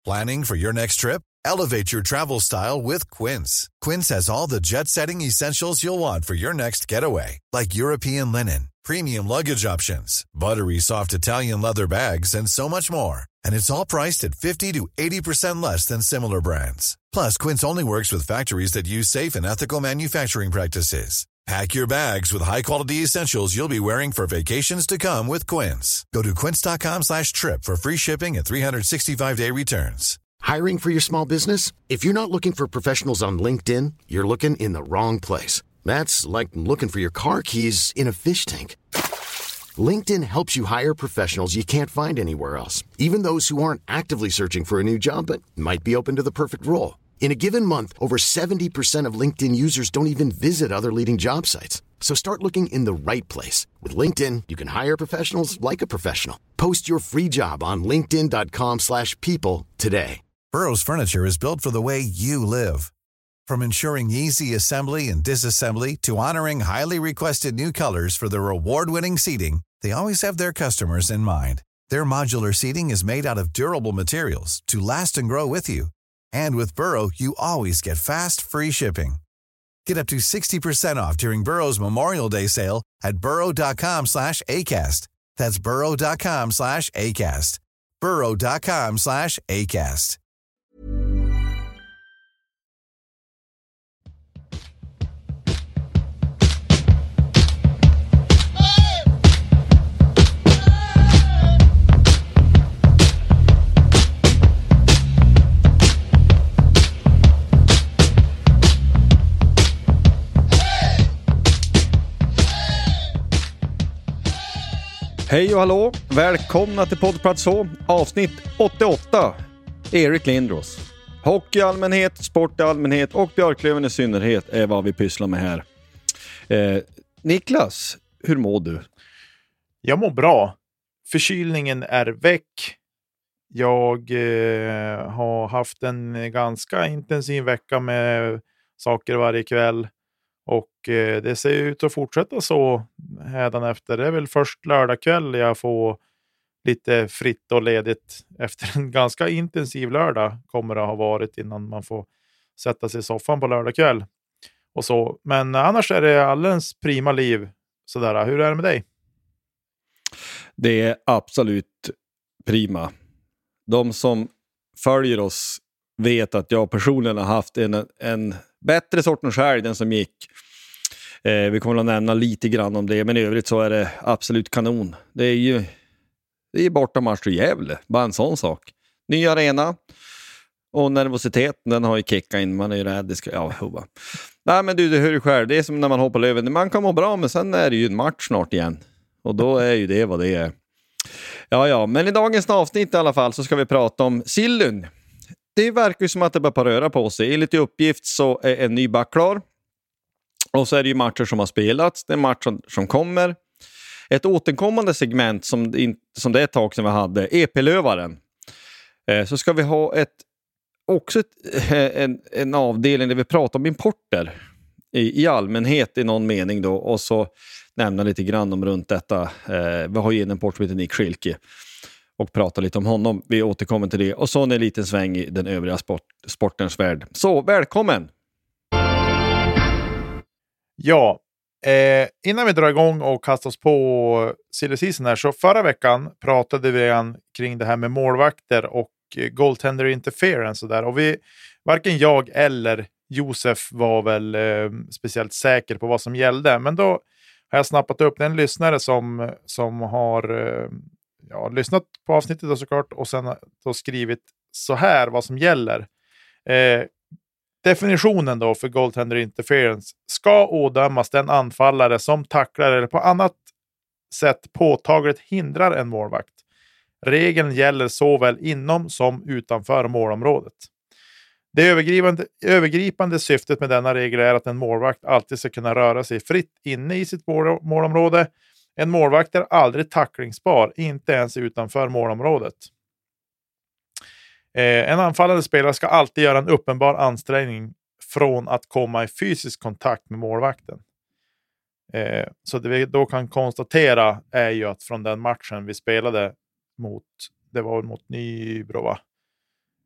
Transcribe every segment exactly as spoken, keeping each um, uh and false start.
Planning for your next trip? Elevate your travel style with Quince. Quince has all the jet-setting essentials you'll want for your next getaway, like European linen, premium luggage options, buttery soft Italian leather bags, and so much more. And it's all priced at fifty to eighty percent less than similar brands. Plus, Quince only works with factories that use safe and ethical manufacturing practices. Pack your bags with high-quality essentials you'll be wearing for vacations to come with Quince. Go to quince.com slash trip for free shipping and three sixty-five day returns. Hiring for your small business? If you're not looking for professionals on LinkedIn, you're looking in the wrong place. That's like looking for your car keys in a fish tank. LinkedIn helps you hire professionals you can't find anywhere else, even those who aren't actively searching for a new job but might be open to the perfect role. In a given month, over seventy percent of LinkedIn users don't even visit other leading job sites. So start looking in the right place. With LinkedIn, you can hire professionals like a professional. Post your free job on linkedin.com slash people today. Burrow's furniture is built for the way you live. From ensuring easy assembly and disassembly to honoring highly requested new colors for their award-winning seating, they always have their customers in mind. Their modular seating is made out of durable materials to last and grow with you. And with Burrow, you always get fast, free shipping. Get up to sixty percent off during Burrow's Memorial Day sale at burrow.com slash ACAST. That's burrow.com slash ACAST. burrow.com slash ACAST. Hej och hallå, välkomna till Poddplats H, avsnitt åttioåtta. Erik Lindros. Hockey i allmänhet, sport i allmänhet och Björklöven i synnerhet är vad vi pysslar med här. Eh, Niklas, hur mår du? Jag mår bra. Förkylningen är väck. Jag eh, har haft en ganska intensiv vecka med saker varje kväll. Och eh, det ser ut att fortsätta så hädanefter. Det är väl först lördag kväll jag får lite fritt och ledigt efter en ganska intensiv lördag kommer det ha varit innan man får sätta sig i soffan på lördag kväll. Och så. Men annars är det alldeles prima liv. Sådär. Hur är det med dig? Det är absolut prima. De som följer oss vet att jag personligen har haft en, en bättre sortens helg den som gick. Eh, vi kommer att nämna lite grann om det, men i övrigt så är det absolut kanon. Det är ju det är borta match i Gävle, bara en sån sak. Ny arena och nervositeten, den har ju kickat in, man är ju rädd, det ska, ja, hova. Nej men du, det hör ju själv, det är som när man hoppar löven, man kan må bra, men sen är det ju en match snart igen. Och då är ju det vad det är. Ja, ja, men i dagens avsnitt i alla fall så ska vi prata om Sillun. Det verkar ju som att det börjar röra på sig. Enligt uppgift så är en ny back klar. Och så är det ju matcher som har spelats. Det är matcher som kommer. Ett återkommande segment som, som det är ett tag som vi hade. E P-lövaren. Eh, så ska vi ha ett, också ett, en, en avdelning där vi pratar om importer. I, I allmänhet i någon mening då. Och så nämna lite grann om runt detta. Eh, vi har ju en import som heter Nick Schilke. Och prata lite om honom. Vi återkommer till det. Och så en liten sväng i den övriga sport, sportens värld. Så, välkommen! Ja, eh, innan vi drar igång och kastar oss på silly season här. Så förra veckan pratade vi kring det här med målvakter och eh, goaltender interference och där. Och vi, varken jag eller Josef var väl eh, speciellt säker på vad som gällde. Men då har jag snappat upp en lyssnare som, som har... Eh, Ja, lyssnat på avsnittet då såklart och sen då skrivit så här vad som gäller. Eh, definitionen då för goaltender interference ska ådömas den anfallare som tacklar eller på annat sätt påtagligt hindrar en målvakt. Regeln gäller såväl inom som utanför målområdet. Det övergripande, övergripande syftet med denna regel är att en målvakt alltid ska kunna röra sig fritt inne i sitt mål, målområde. En målvakt är aldrig tacklingsbar, inte ens utanför målområdet. Eh, en anfallande spelare ska alltid göra en uppenbar ansträngning från att komma i fysisk kontakt med målvakten. Eh, så det vi då kan konstatera är ju att från den matchen vi spelade mot, det var mot Nybro va?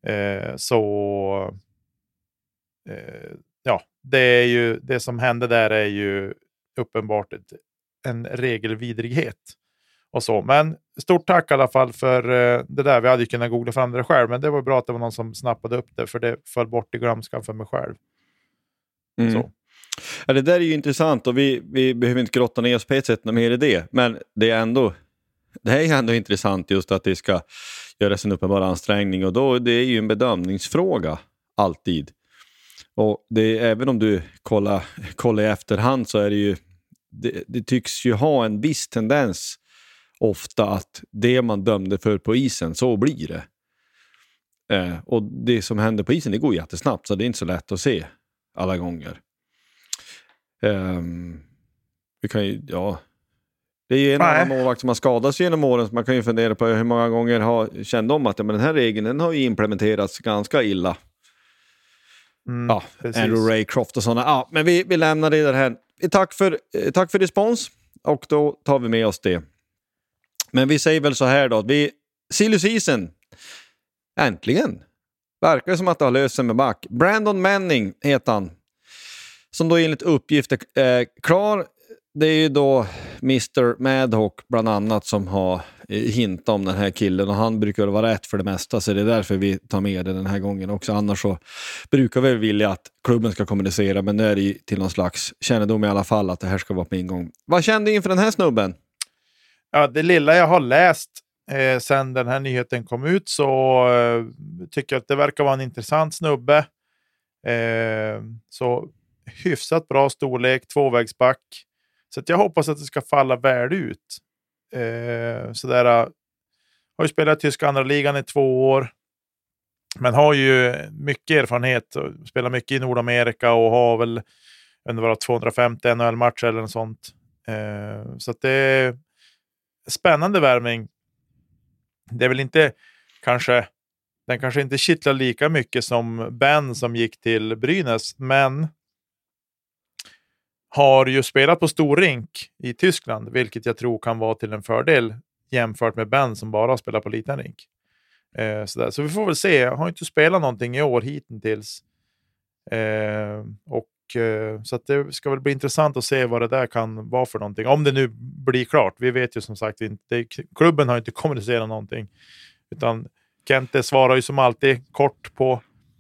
Eh, så eh, ja, det är ju det som hände där är ju uppenbart ett, en regelvidrighet och så. Men stort tack i alla fall för eh, det där. Vi hade ju kunnat googla fram det själv, men det var bra att det var någon som snappade upp det, för det föll bort i glömskan för mig själv. Mm. Så. Ja, det där är ju intressant och vi, vi behöver inte grotta ner oss på ett sätt mer i det, men det är ändå det är ändå intressant just att det ska göras en uppenbar ansträngning, och då det är ju en bedömningsfråga alltid. Och det, även om du kollar, kollar i efterhand, så är det ju det, det tycks ju ha en viss tendens ofta att det man dömde för på isen, så blir det. Eh, och det som händer på isen, det går jättesnabbt, så det är inte så lätt att se alla gånger. Um, vi kan ju, ja, det är ju en Nej. annan målvakt som har skadats genom åren, så man kan ju fundera på hur många gånger har känt om att ja, men den här regeln den har ju implementerats ganska illa. Mm, Ja, precis. Andrew Raycroft och sådana. Ja, men vi, vi lämnar det där här. Tack för, tack för respons, och då tar vi med oss det. Men vi säger väl så här då, att vi silly season äntligen verkar som att det har löst sig med back. Brandon Manning heter han, som då enligt uppgift är eh, klar. Det är ju då mister Madhawk bland annat som har eh, hintat om den här killen, och han brukar vara rätt för det mesta, så det är därför vi tar med det den här gången också. Annars så brukar vi vilja att klubben ska kommunicera, men nu är det ju till någon slags kännedom i alla fall att det här ska vara på ingång. Vad kände du inför den här snubben? Ja, det lilla jag har läst eh, sen den här nyheten kom ut, så eh, tycker jag att det verkar vara en intressant snubbe. Eh, så hyfsat bra storlek, tvåvägsback. Så att jag hoppas att det ska falla väl ut. Eh, sådär, har ju spelat i tyska andra ligan i två år. Men har ju mycket erfarenhet. Spelar mycket i Nordamerika och har väl under tvåhundrafemtio N H L-matcher eller något sånt. Eh, så att det är spännande värvning. Det är väl inte kanske, den kanske inte kittlar lika mycket som Ben som gick till Brynäs, men har ju spelat på stor rink i Tyskland, vilket jag tror kan vara till en fördel jämfört med Ben som bara spelar på liten rink. Eh, sådär. Så vi får väl se. Jag har inte spelat någonting i år hittills. Eh, och eh, så att det ska väl bli intressant att se vad det där kan vara för någonting. Om det nu blir klart. Vi vet ju som sagt inte. Klubben har inte kommunicerat någonting. Utan Kente svarar ju som alltid kort på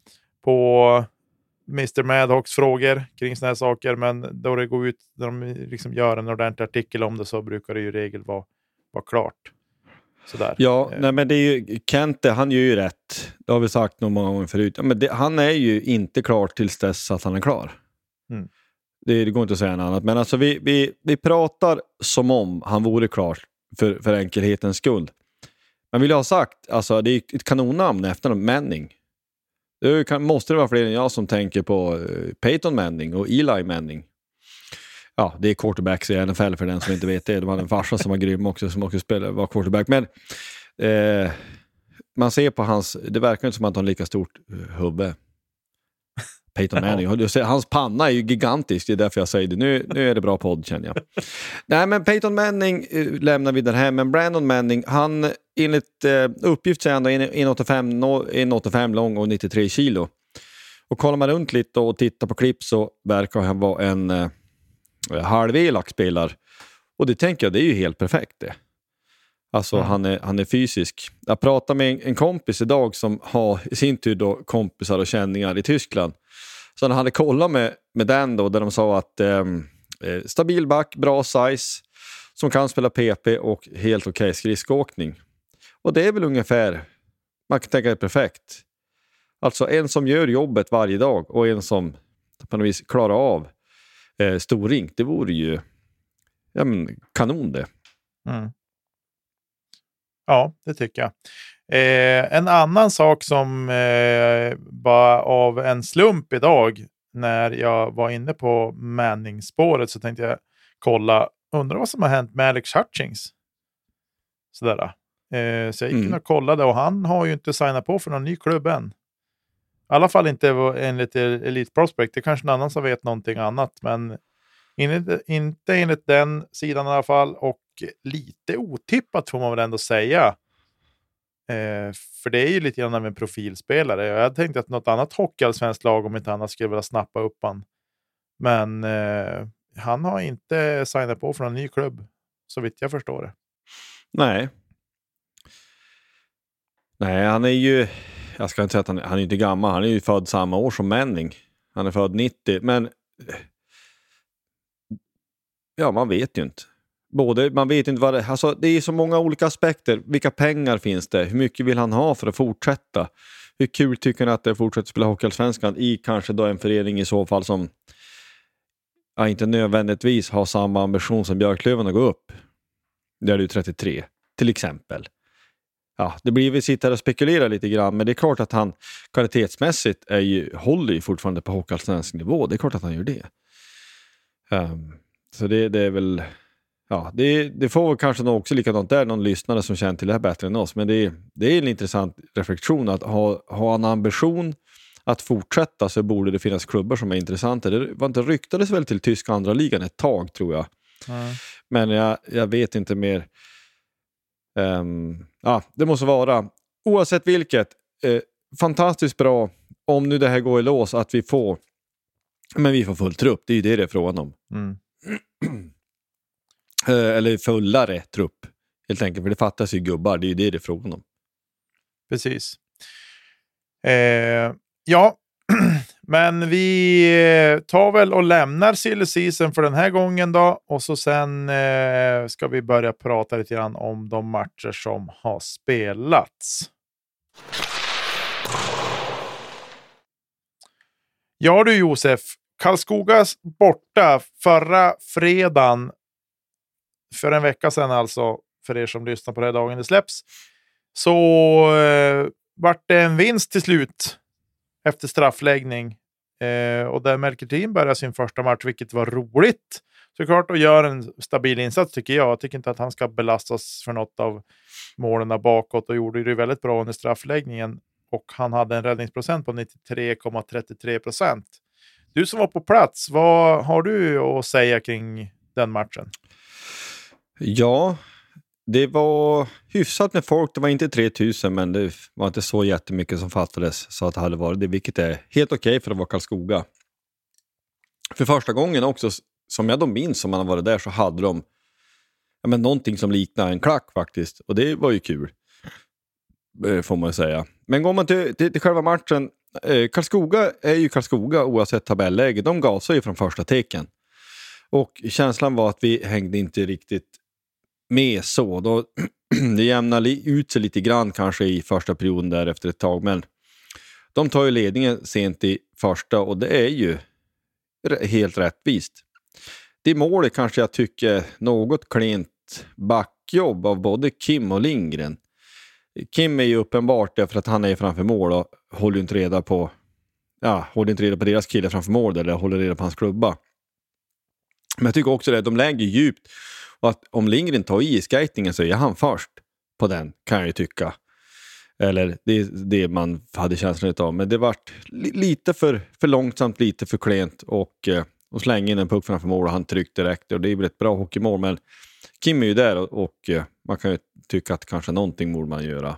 på mister Madhawks frågor kring såna här saker, men då det går ut, när de liksom gör en ordentlig artikel om det, så brukar det ju i regel vara, vara klart. Sådär. Ja, eh. nej, men det är ju Kente, han gör ju rätt. Det har vi sagt någon många gånger förut. Ja, men det, han är ju inte klar tills dess att han är klar. Mm. Det, det går inte att säga något annat. Men alltså vi, vi, vi pratar som om han vore klar för, för enkelhetens skull. Man vill ha sagt, alltså det är ett kanonnamn efter en Manning. Det kan, måste det vara fler än jag som tänker på uh, Peyton Manning och Eli Manning. Ja, det är quarterbacks i N F L för den som inte vet det. De hade en farsa som var grym också, som också spelade, var quarterback. Men eh, man ser på hans, det verkar inte som att han har lika stort huvud. Peyton Manning, hans panna är ju gigantisk, det är därför jag säger det. Nu, nu är det bra podd, känner jag. Nej, men Peyton Manning eh, lämnar vi den här, men Brandon Manning, han enligt eh, uppgift så är han en åttiofem lång och nittiotre kilo. Och kollar man runt lite och tittar på klipp, så verkar han vara en eh, halvelak spelare. Och det tänker jag, det är ju helt perfekt det. Alltså mm. han, är, han är fysisk. Jag pratade med en, en kompis idag som har i sin tur då kompisar och känningar i Tyskland. Så han hade kollat med, med den då, där de sa att eh, stabil back, bra size, som kan spela P P och helt okej okay skridskåkning. Och det är väl ungefär, man kan tänka det perfekt. Alltså en som gör jobbet varje dag och en som på något vis klarar av eh, stor rink, det vore ju ja, men, kanon det. Mm. Ja, det tycker jag. Eh, en annan sak som eh, var av en slump idag när jag var inne på Manning-spåret, så tänkte jag kolla, undrar vad som har hänt med Alex Hutchings. Sådär. Eh, så jag gick in och kollade, och han har ju inte signat på för någon ny klubb än. I alla fall inte enligt Elite Prospect. Det är kanske en annan som vet någonting annat, men enligt, inte enligt den sidan i alla fall. Och lite otippat får man väl ändå säga. Eh, för det är ju lite grann av en profilspelare. Jag hade tänkt att något annat hockeyallsvenskt lag om inte annat skulle vilja snappa upp han. Men eh, han har inte signat på från en ny klubb, så vitt jag förstår det. Nej. Nej, han är ju... Jag ska inte säga att han, han är inte gammal. Han är ju född samma år som Manning. Han är född nittio. Men... Ja, man vet ju inte. Både, man vet inte vad det... Alltså, det är så många olika aspekter. Vilka pengar finns det? Hur mycket vill han ha för att fortsätta? Hur kul tycker han att det är att fortsätta spela Hockeyallsvenskan i kanske då en förening i så fall som... Ja, inte nödvändigtvis har samma ambition som Björklöven att gå upp. Där är du trettiotre, till exempel. Ja, det blir vi sitter och spekulerar lite grann, men det är klart att han kvalitetsmässigt är ju, håller ju fortfarande på hockeyallsvensk nivå. Det är klart att han gör det. Um, så det, det är väl... Ja, det, det får väl kanske nog också likadant där, någon lyssnare som känner till det här bättre än oss. Men det, det är en intressant reflektion att ha, ha en ambition att fortsätta, så borde det finnas klubbar som är intressanta. Det var inte ryktades väl till tyska andra ligan ett tag, tror jag. Mm. Men jag, jag vet inte mer. Um, ja, det måste vara, oavsett vilket, eh, fantastiskt bra om nu det här går i lås att vi får, men vi får full trupp. Det är ju det det är frågan om. Mm. eh, eller fullare trupp, helt enkelt. För det fattas ju gubbar, det är ju det det är frågan om. Precis. Eh, ja, men vi tar väl och lämnar silly season för den här gången då. Och så sen eh, ska vi börja prata lite grann om de matcher som har spelats. Ja du Josef, Karlskogas borta förra fredagen, för en vecka sedan alltså, för er som lyssnar på det här dagen det släpps, så eh, vart det en vinst till slut efter straffläggning. Eh, och där Melker Thin började sin första match, vilket var roligt. Såklart, och gör en stabil insats tycker jag. Jag tycker inte att han ska belastas för något av målen bakåt, och gjorde det väldigt bra under straffläggningen. Och han hade en räddningsprocent på nittiotre komma trettiotre procent. Du som var på plats, vad har du att säga kring den matchen? Ja, det var hyfsat med folk. Det var inte tre tusen, men det var inte så jättemycket som fattades. Så att det hade varit det, vilket är helt okej för att vara Karlskoga. För första gången också, som jag då minns som man har varit där, så hade de ja, men någonting som liknar en klack faktiskt. Och det var ju kul, får man säga. Men går man till, till, till själva matchen, eh, Karlskoga är ju Karlskoga oavsett tabelläge. De gasar ju från första teken. Och känslan var att vi hängde inte riktigt med så. Då, det jämnar ut sig lite grann kanske i första perioden där efter ett tag. Men de tar ju ledningen sent i första, och det är ju helt rättvist. Det målet kanske jag tycker något klent backjobb av både Kim och Lindgren. Kim är ju uppenbart därför att han är framför mål och håller inte reda på ja, håller inte reda på deras killar framför mål eller håller reda på hans klubba. Men jag tycker också det, de lägger djupt, och att om Lindgren tar i skatingen så är han först på den, kan jag ju tycka. Eller det är det man hade känslan av. Men det var lite för, för långsamt, lite för klent, och, och slänga in en puck framför mål och han tryckte direkt. Och det är väl ett bra hockeymål, men Kim är ju där, och, och man kan ju tycka att kanske någonting borde man göra.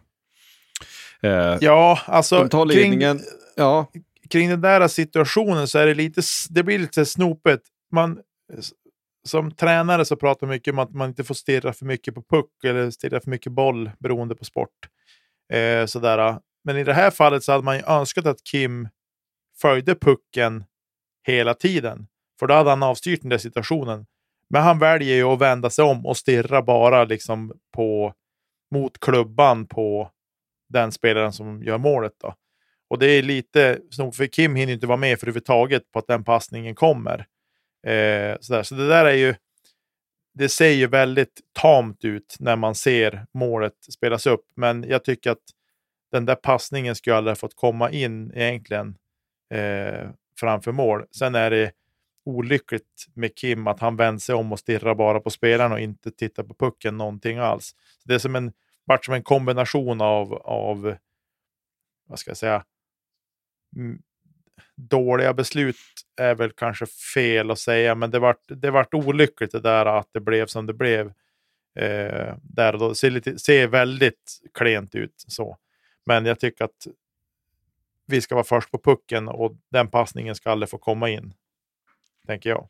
Eh, ja, alltså de tar ledningen. Kring, ja. kring den där situationen så är det lite, det blir lite snopet. Man, som tränare så pratar mycket om att man inte får stirra för mycket på puck eller stirra för mycket boll beroende på sport. Eh, sådär. Men i det här fallet så hade man ju önskat att Kim följde pucken hela tiden. För då hade han avstyrt den där situationen. Men han väljer ju att vända sig om och stirra bara liksom på, mot klubban på den spelaren som gör målet då. Och det är lite snart, för Kim hinner inte vara med för överhuvudtaget på att den passningen kommer. Eh, sådär. Så det där är ju, det ser ju väldigt tamt ut när man ser målet spelas upp. Men jag tycker att den där passningen skulle aldrig ha fått komma in egentligen eh, framför mål. Sen är det olyckligt med Kim att han vänder sig om och stirrar bara på spelaren och inte tittar på pucken någonting alls. Så det är som en, vart som en kombination av, av vad ska jag säga, m- dåliga beslut är väl kanske fel att säga, men det vart, det vart olyckligt det där att det blev som det blev. Eh, där och då ser, lite, ser väldigt klent ut så. Men jag tycker att vi ska vara först på pucken och den passningen ska aldrig få komma in, tänker jag.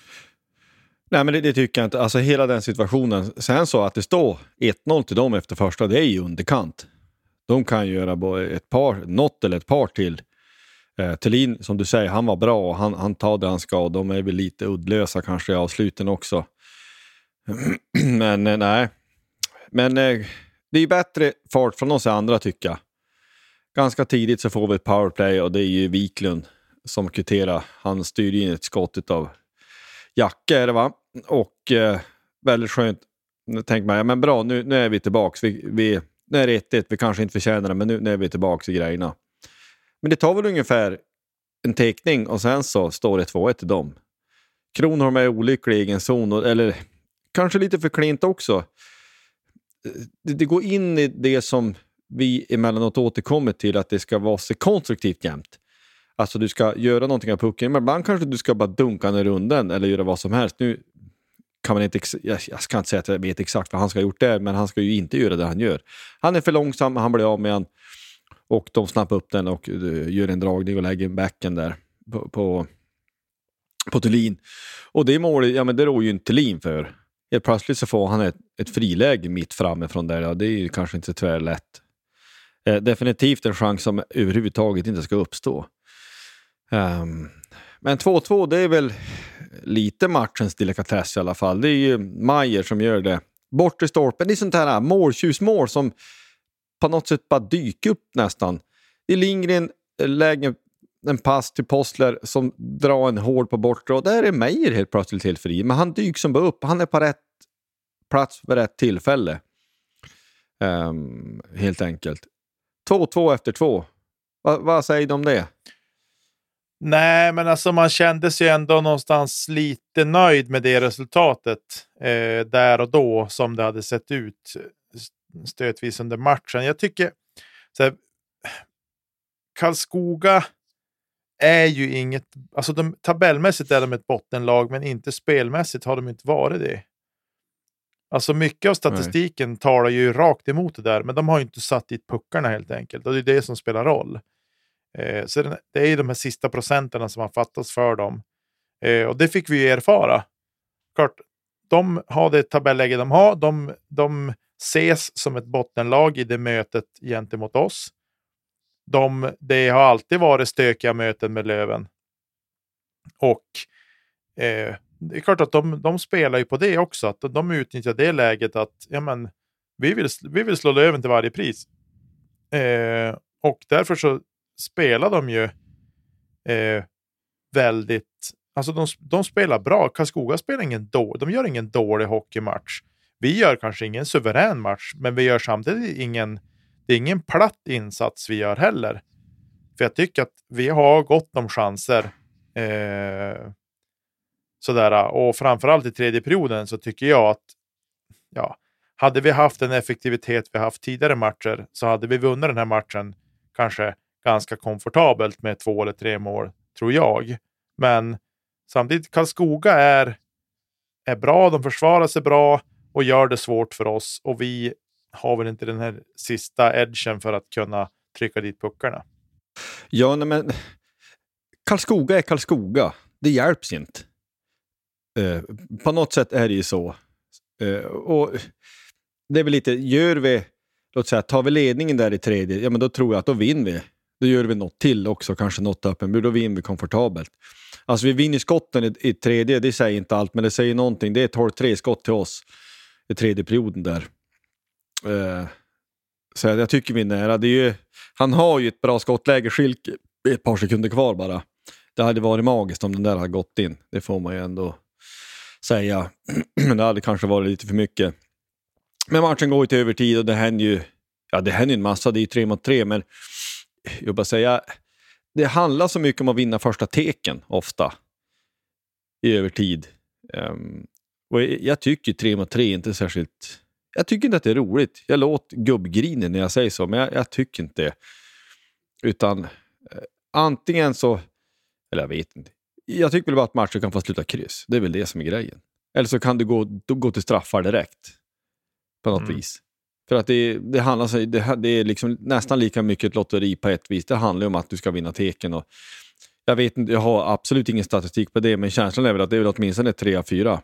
Nej, men det, det tycker jag inte. Alltså hela den situationen. Sen så att det står ett noll till dem efter första, det är ju underkant. De kan ju göra både ett par, något eller ett par till. Eh, Thelin, som du säger, han var bra och han, han tar det han ska. De är väl lite uddlösa kanske i avsluten också. Men eh, nej. Men eh, det är ju bättre fart från oss andra tycker jag. Ganska tidigt så får vi ett powerplay och det är ju Wiklund som kvitterar. Han styr in ett skott av Jacke är det va? Och eh, väldigt skönt. Nu tänker man, ja men bra, nu, nu är vi tillbaka. Vi, vi, nu är det ett ett, vi kanske inte förtjänar det, men nu, nu är vi tillbaka i grejerna. Men det tar väl ungefär en teckning och sen så står det två ett till dem. Kronholm är olycklig i egen zon, och, eller kanske lite för klint också. Det, det går in i det som vi emellanåt återkommer till, att det ska vara så konstruktivt jämt. Alltså du ska göra någonting av pucken, men ibland kanske du ska bara dunka ner runden eller göra vad som helst. Nu kan man inte, jag, jag ska inte säga att jag vet exakt vad han ska ha gjort där, men han ska ju inte göra det han gör. Han är för långsam, han blir av med han och de snappar upp den och uh, gör en dragning och lägger backen där på, på, på Thelin. Och det målet, ja men det rår ju inte Thelin för. Helt plötsligt så får han ett, ett friläge mitt framifrån där, ja, det är ju kanske inte så tvärlätt. Eh, definitivt en chans som överhuvudtaget inte ska uppstå. Um, men två två, det är väl lite matchens delikatess i alla fall. Det är ju Meier som gör det. Bort i stolpen, det är sånt här måltjusmål som på något sätt bara dyker upp nästan. I Lindgren lägger en pass till Postler som drar en hård på bortre, och där är Meier helt plötsligt helt fri. Men han dyker som bara upp, han är på rätt plats för rätt tillfälle. Um, helt enkelt. två två efter två. Va, vad säger du om det? Nej, men alltså man kände sig ändå någonstans lite nöjd med det resultatet eh, där och då som det hade sett ut stötvis under matchen. Jag tycker så här, Karlskoga är ju inget, alltså de, tabellmässigt är de ett bottenlag, men inte spelmässigt har de inte varit det. Alltså mycket av statistiken Nej. talar ju rakt emot det där, men de har ju inte satt dit puckarna helt enkelt, och det är det som spelar roll. Eh, så det, det är ju de här sista procenterna som har fattats för dem. Eh, och det fick vi ju erfara. Klart, de har det tabelläge de har. De, de ses som ett bottenlag i det mötet gentemot oss. De, det har alltid varit stökiga möten med Löven. Och eh, det är klart att de, de spelar ju på det också. Att de utnyttjar det läget att ja, men, vi, vill, vi vill slå Löven till varje pris. Eh, och därför så spelar de ju eh, väldigt, alltså de, de spelar bra. Karlskoga spelar ingen då, de gör ingen dålig hockeymatch. Vi gör kanske ingen suverän match, men vi gör samtidigt ingen, det är ingen platt insats vi gör heller. För jag tycker att vi har gott om chanser eh, sådär, och framförallt i tredje perioden så tycker jag att ja, hade vi haft en effektivitet vi haft tidigare matcher så hade vi vunnit den här matchen kanske ganska komfortabelt med två eller tre mål, tror jag. Men samtidigt, Karlskoga är, är bra, de försvarar sig bra och gör det svårt för oss. Och vi har väl inte den här sista edgen för att kunna trycka dit puckarna. Ja, nej, men Karlskoga är Karlskoga. Det hjälps inte. Eh, på något sätt är det ju så. Eh, och det är väl lite, gör vi, låt säga, tar vi ledningen där i tredje, ja men då tror jag att då vinner vi. Då gör vi något till också, kanske något öppen, men då vinner vi komfortabelt. Alltså vi vinner skotten i, i tredje, det säger inte allt, men det säger någonting. Det är tolv tre skott till oss i tredje perioden där. Uh, så jag tycker vi är nära. Det är ju, han har ju ett bra skottläge, Schilk, ett par sekunder kvar bara. Det hade varit magiskt om den där hade gått in. Det får man ju ändå säga. Men det hade kanske varit lite för mycket. Men matchen går ju till övertid och det händer ju, ja det händer ju en massa, det är ju tre mot tre, men jag bara säga, det handlar så mycket om att vinna första teken ofta i övertid. Um, och jag tycker tre mot tre inte särskilt, jag tycker inte att det är roligt. Jag låter gubbgrinen när jag säger så, men jag, jag tycker inte det. Utan uh, antingen så, eller jag vet inte. Jag tycker väl bara att matchen kan få sluta kryss. Det är väl det som är grejen. Eller så kan du gå, gå till straffar direkt. på något Mm. vis. För att det, det handlar så, det, det är liksom nästan lika mycket ett lotteri på ett vis. Det handlar om att du ska vinna teken. Och jag vet inte, jag har absolut ingen statistik på det, men känslan är väl att det är väl åtminstone tre av fyra.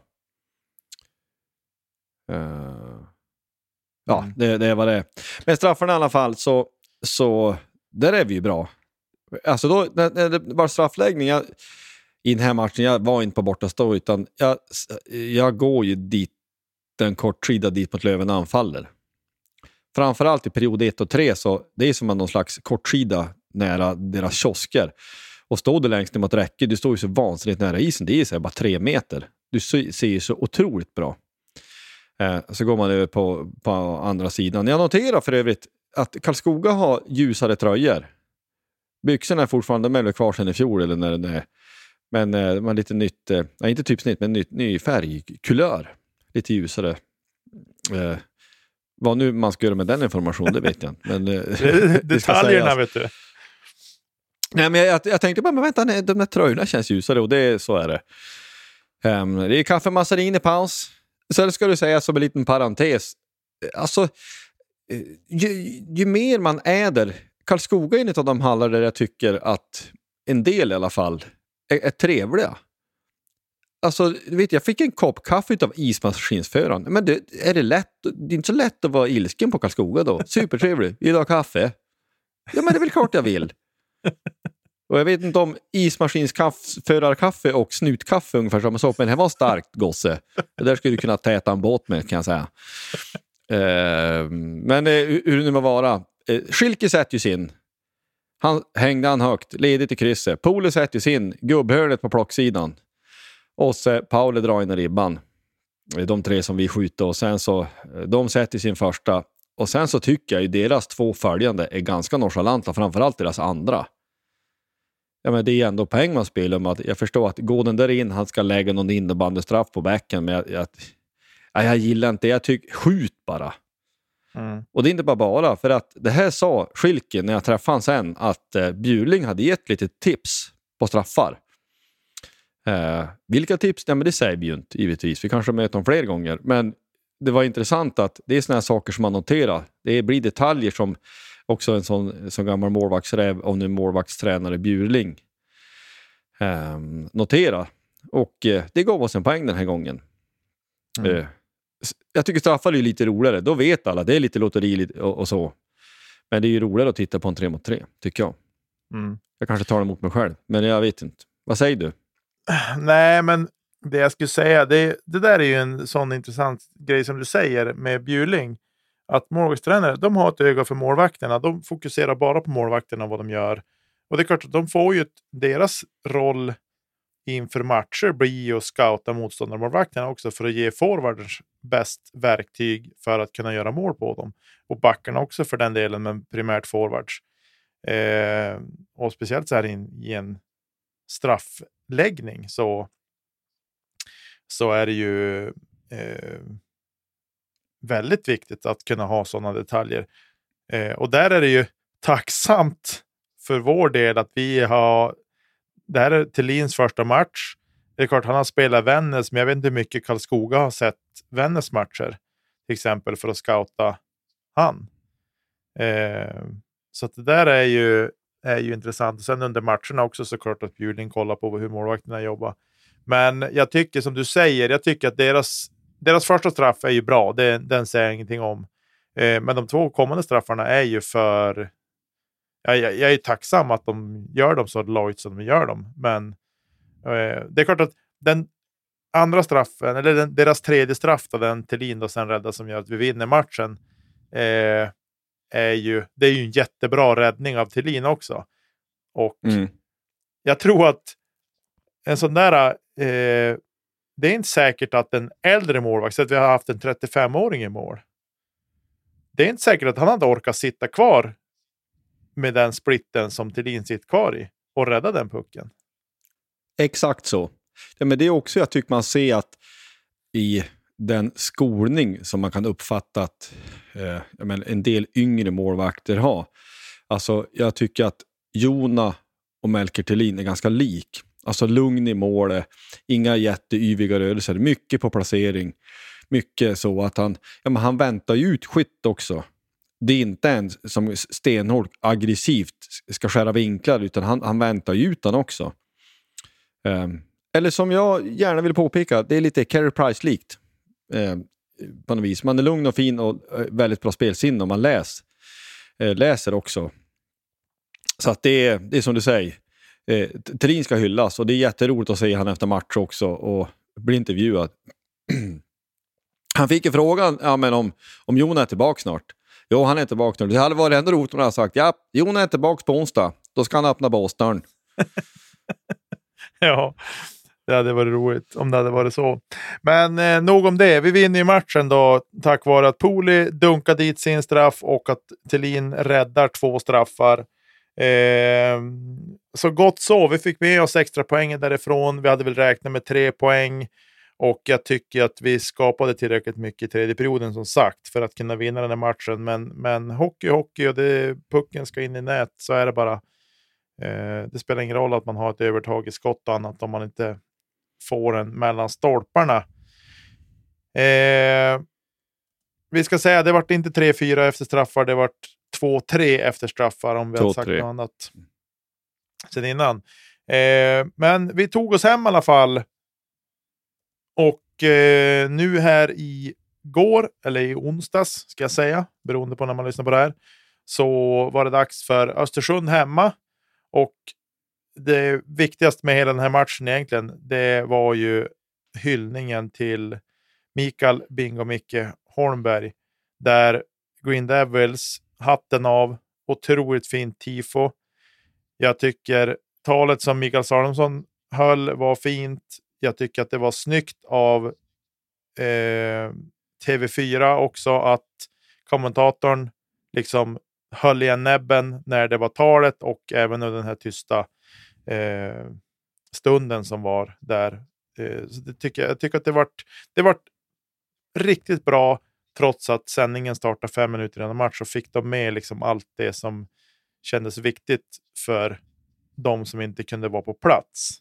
Uh, ja, Mm. det, det är vad det är. Men straffarna i alla fall, så, så där är vi ju bra. Alltså då, när, när det var straffläggning, jag, i den här matchen, jag var inte på bortastå, utan jag, jag går ju dit, den kortsida dit mot Löven anfaller. Framförallt i period ett och tre, så det är som någon slags kortsida nära deras kiosker. Och står du längst ner mot räcke, du står ju så vansinnigt nära isen, det är så här bara tre meter. Du ser ju så otroligt bra. Eh, så går man över på, på andra sidan. Jag noterar för övrigt att Karlskoga har ljusare tröjor. Byxorna är fortfarande med kvar sedan i fjol, eller när det är. Men eh, man har lite nytt, eh, nej, inte typsnitt, men ny, ny färg, kulör. Lite ljusare. Eh, vad nu man ska göra med den informationen, det vet jag inte. Men, eh, detaljerna vet du. Nej, men jag, jag tänkte bara, men vänta, nej, de där tröjorna känns ljusare, och det, så är det. Um, det är kaffemassarin i paus. Så ska du säga som en liten parentes. Alltså, ju, ju mer man äder, Karlskoga är en av de hallar där jag tycker att en del i alla fall är, är trevliga. Alltså, vet jag fick en kopp kaffe av ismaskinsföraren. Men det, är det lätt? Det är inte så lätt att vara ilsken på Karlskoga då. Supertrevlig. Vill du ha kaffe? Ja, men det är väl klart jag vill. Och jag vet inte om ismaskinsförarkaffe och snutkaffe ungefär samma sak, men det här var starkt, gosse. Det där skulle du kunna täta en båt med, kan jag säga. Uh, men uh, hur det nu må vara. Uh, Schilke sätter ju sin. Han hängde han högt, ledigt i krysset. Pole sätter ju sin, gubbhörnet på plocksidan. Och så Paule drar in i ribban. De tre som vi skjuter, och sen så de sätter sin första. Och sen så tycker jag ju deras två följande är ganska nonchalanta, framförallt deras andra. Ja, men det är ändå poäng man spelar om. Att jag förstår att går den där in, han ska lägga någon innebandystraff på bäcken, men jag, jag, jag gillar inte, jag tycker skjut bara. Mm. Och det är inte bara bara, för att det här sa Schilke när jag träffade han sen, att eh, Bjurling hade gett lite tips på straffar. Eh, vilka tips? Nej, men det säger vi ju inte, givetvis. Vi kanske möter dem fler gånger, men det var intressant att det är såna här saker som man noterar. Det blir detaljer som också en sån som gammal målvaktsräv, om nu målvaktstränare Bjurling eh, notera. Och eh, det gav oss en poäng den här gången. Mm. Eh, jag tycker straffar är lite roligare. Då vet alla, det är lite lotteri och, och så. Men det är ju roligare att titta på en tre mot tre, tycker jag. Mm. Jag kanske tar emot mig själv, men jag vet inte. Vad säger du? Nej, men det jag skulle säga, det, det där är ju en sån intressant grej som du säger med Bjurling. Att målvaktstränare, de har ett öga för målvakterna. De fokuserar bara på målvakterna och vad de gör. Och det är klart att de får ju ett, deras roll inför matcher blir ju att scouta motståndarmålvakterna också, för att ge forwarders bäst verktyg för att kunna göra mål på dem. Och backarna också för den delen, men primärt forwards. Eh, och speciellt så här in, i en straffläggning så, så är det ju eh, väldigt viktigt att kunna ha sådana detaljer. Eh, och där är det ju tacksamt för vår del att vi har, det här är Thelins första match. Det är klart han har spelat Vännäs, men jag vet inte hur mycket Karlskoga har sett Vännäs matcher till exempel för att scouta han. Eh, så att det där är ju, är ju intressant. Och sen under matcherna också såklart att Bjurling kollar på hur målvakterna jobbar. Men jag tycker som du säger, jag tycker att deras, deras första straff är ju bra. Det, den säger jag ingenting om. Eh, men de två kommande straffarna är ju för... Jag, jag, jag är tacksam att de gör dem så lojt som de gör dem. Men eh, det är klart att den andra straffen, eller den, deras tredje straff då, den Thelin då sen rädda som gör att vi vinner matchen, eh, är ju, det är ju en jättebra räddning av Thelin också. Och mm. jag tror att en sån där eh, det är inte säkert att en äldre målvakt, så att vi har haft en trettiofem-åring i mål. Det är inte säkert att han hade orkat sitta kvar med den splitten som Thelin sitter kvar i och rädda den pucken. Exakt så. Ja, men det är också, jag tycker man ser att i den skolning som man kan uppfatta att eh, jag menar, en del yngre målvakter har. Alltså jag tycker att Jona och Melker Thelin är ganska lik. Alltså lugn i målet, inga jätteyviga rörelser, mycket på placering. Mycket så att han, ja, men han väntar ju ut skytt också. Det är inte en som stenhårt aggressivt ska skära vinklar, utan han, han väntar ju ut den också. Um, eller som jag gärna vill påpeka, det är lite Carey Price-likt. Um, på något vis. Man är lugn och fin och uh, väldigt bra spelsinne, och man läs, uh, läser också. Så att det är, det är som du säger. Uh, Thelin ska hyllas, och det är jätteroligt att se han efter match också och bli intervjuad. Han fick ju frågan, ja, men om, om Jon är tillbaka snart. Jo, han är tillbaka snart. Det hade varit ändå roligt om han hade sagt, ja, Jon är tillbaka på onsdag. Då ska han öppna båsdörren. Ja, det hade varit roligt om det hade varit så. Men eh, nog om det. Vi vinner ju matchen då tack vare att Poli dunkar dit sin straff och att Thelin räddar två straffar. Eh, så gott så. Vi fick med oss extra poängen därifrån. Vi hade väl räknat med tre poäng. Och jag tycker att vi skapade tillräckligt mycket i tredje perioden som sagt för att kunna vinna den här matchen. Men, men hockey, hockey och det, pucken ska in i nät, så är det bara. Eh, det spelar ingen roll att man har ett övertag i skott och annat om man inte får den mellan stolparna. Eh, vi ska säga, det vart inte tre fyra efter straffar, det vart två tre efter straffar om vi har sagt något annat sen innan. Eh, men vi tog oss hem i alla fall. Och eh, nu här i går, eller i onsdags ska jag säga, beroende på när man lyssnar på det här, så var det dags för Östersund hemma. Och det viktigaste med hela den här matchen egentligen, det var ju hyllningen till Mikael Bingo Micke Holmberg, där Green Devils, hatten av, otroligt fint tifo. Jag tycker talet som Mikael Salomonsson höll var fint. Jag tycker att det var snyggt av eh, T V fyra också att kommentatorn liksom höll igen näbben när det var talet, och även under den här tysta eh, stunden som var där. Eh, så det tycker jag, jag tycker att det vart, det vart riktigt bra, trots att sändningen startade fem minuter innan match, så fick de med liksom allt det som kändes viktigt för de som inte kunde vara på plats.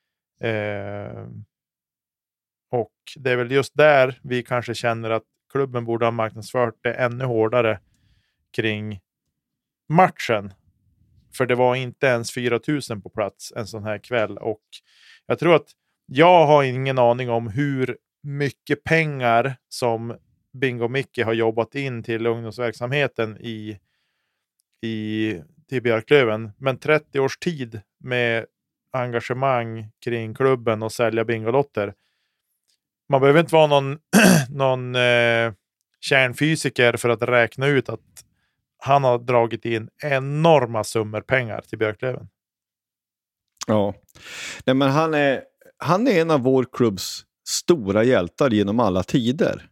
Eh, och det är väl just där vi kanske känner att klubben borde ha marknadsfört det ännu hårdare kring matchen, för det var inte ens fyra tusen på plats en sån här kväll. Och jag tror att jag har ingen aning om hur mycket pengar som Bingo Micke har jobbat in till ungdomsverksamheten i, i till Björklöven, men trettio års tid med engagemang kring klubben och sälja bingolotter. Man behöver inte vara någon, någon eh, kärnfysiker för att räkna ut att han har dragit in enorma summor pengar till Björklöven. Ja, nej, men han är, han är en av vår klubbs stora hjältar genom alla tider.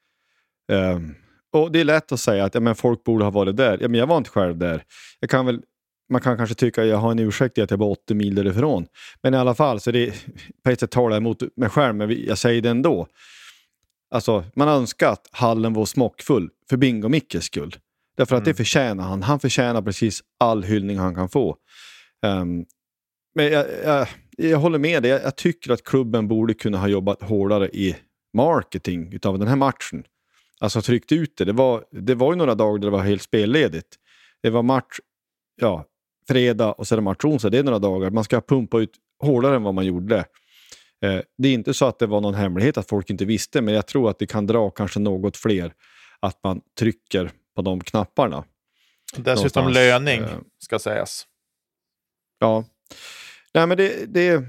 Um, och det är lätt att säga att ja, men folk borde ha varit där. Ja, men jag var inte själv där. Jag kan väl, man kan kanske tycka att jag har en ursäkt i att jag var åttio mil därifrån. Men i alla fall så är det på ett sätt talar emot mig själv, men jag säger det ändå. Alltså, man önskar att hallen var smockfull för Bingo Mickes skull. Därför att mm. det förtjänar han. Han förtjänar precis all hyllning han kan få. Um, men jag, jag, jag håller med dig. Jag, jag tycker att klubben borde kunna ha jobbat hårdare i marketing utav den här matchen. Alltså tryckt ut det. Det var, det var ju några dagar där det var helt spelledigt. Det var match, ja, fredag och sedan match onsdag. Det är några dagar. Man ska pumpa ut hårdare än vad man gjorde. Eh, det är inte så att det var någon hemlighet att folk inte visste. Men jag tror att det kan dra kanske något fler att man trycker på de knapparna. Dessutom någonstans. Löning ska sägas. Ja. Nej, men det... det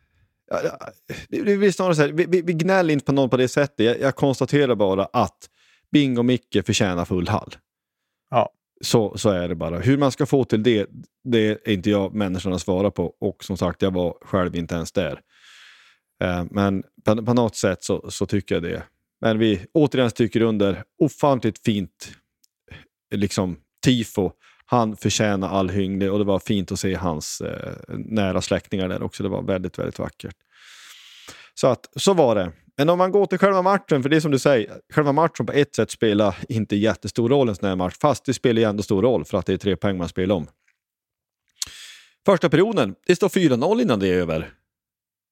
det, det vill snarare säga, vi, vi, vi gnäller inte på någon på det sättet. Jag, jag konstaterar bara att Bingo Micke förtjänar full hall. Ja. Så, så är det bara. Hur man ska få till det, det är inte jag människan att svara på. Och som sagt, jag var själv inte ens där. Eh, men på, på något sätt så, så tycker jag det. Men vi återigen tycker under ofantligt fint liksom tifo. Han förtjänar all hynglig och det var fint att se hans eh, nära släktingar där också. Det var väldigt, väldigt vackert. Så att, så var det. Men om man går till själva matchen, för det är som du säger, själva matchen på ett sätt spelar inte jättestor roll en sån här match, fast det spelar ju ändå stor roll för att det är tre poäng man spelar om. Första perioden, det står fyra noll innan det är över.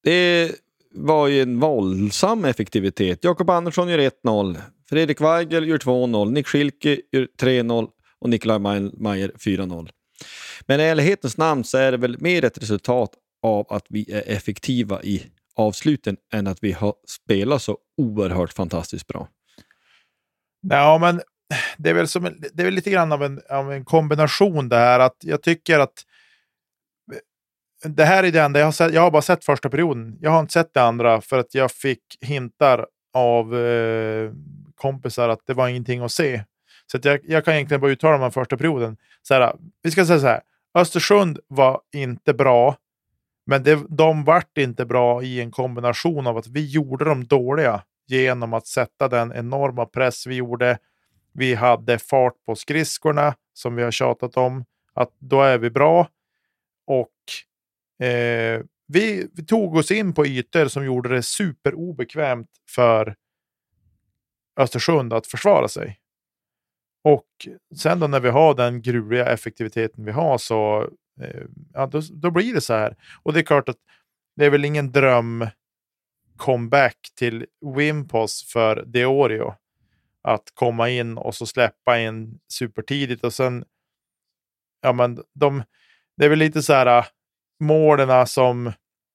det var ju en våldsam effektivitet. Jakob Andersson gör ett noll. Fredrik Weigel gör två noll. Nick Schilke gör tre noll. Och Nikolaj Meyer fyra noll. Men i ärlighetens namn så är det väl mer ett resultat av att vi är effektiva i avsluten än att vi har spelat så oerhört fantastiskt bra. Ja, men det är väl, som, det är väl lite grann av en, av en kombination det här. Att jag tycker att det här är det enda jag har sett. Jag har bara sett första perioden. Jag har inte sett det andra för att jag fick hintar av eh, kompisar att det var ingenting att se. Så att jag, jag kan egentligen bara uttala mig om första perioden. Så här, vi ska säga så här. Östersund var inte bra. Men det, de vart inte bra i en kombination av att vi gjorde dem dåliga. Genom att sätta den enorma press vi gjorde. Vi hade fart på skridskorna. Som vi har tjatat om. Att då är vi bra. Och eh, vi, vi tog oss in på ytor som gjorde det superobekvämt för Östersund att försvara sig. Och sen då när vi har den gruvliga effektiviteten vi har så eh, ja, då, då blir det så här. Och det är klart att det är väl ingen dröm comeback till Wimpos för Deorio. Att komma in och så släppa in supertidigt och sen ja men de det är väl lite så här målerna som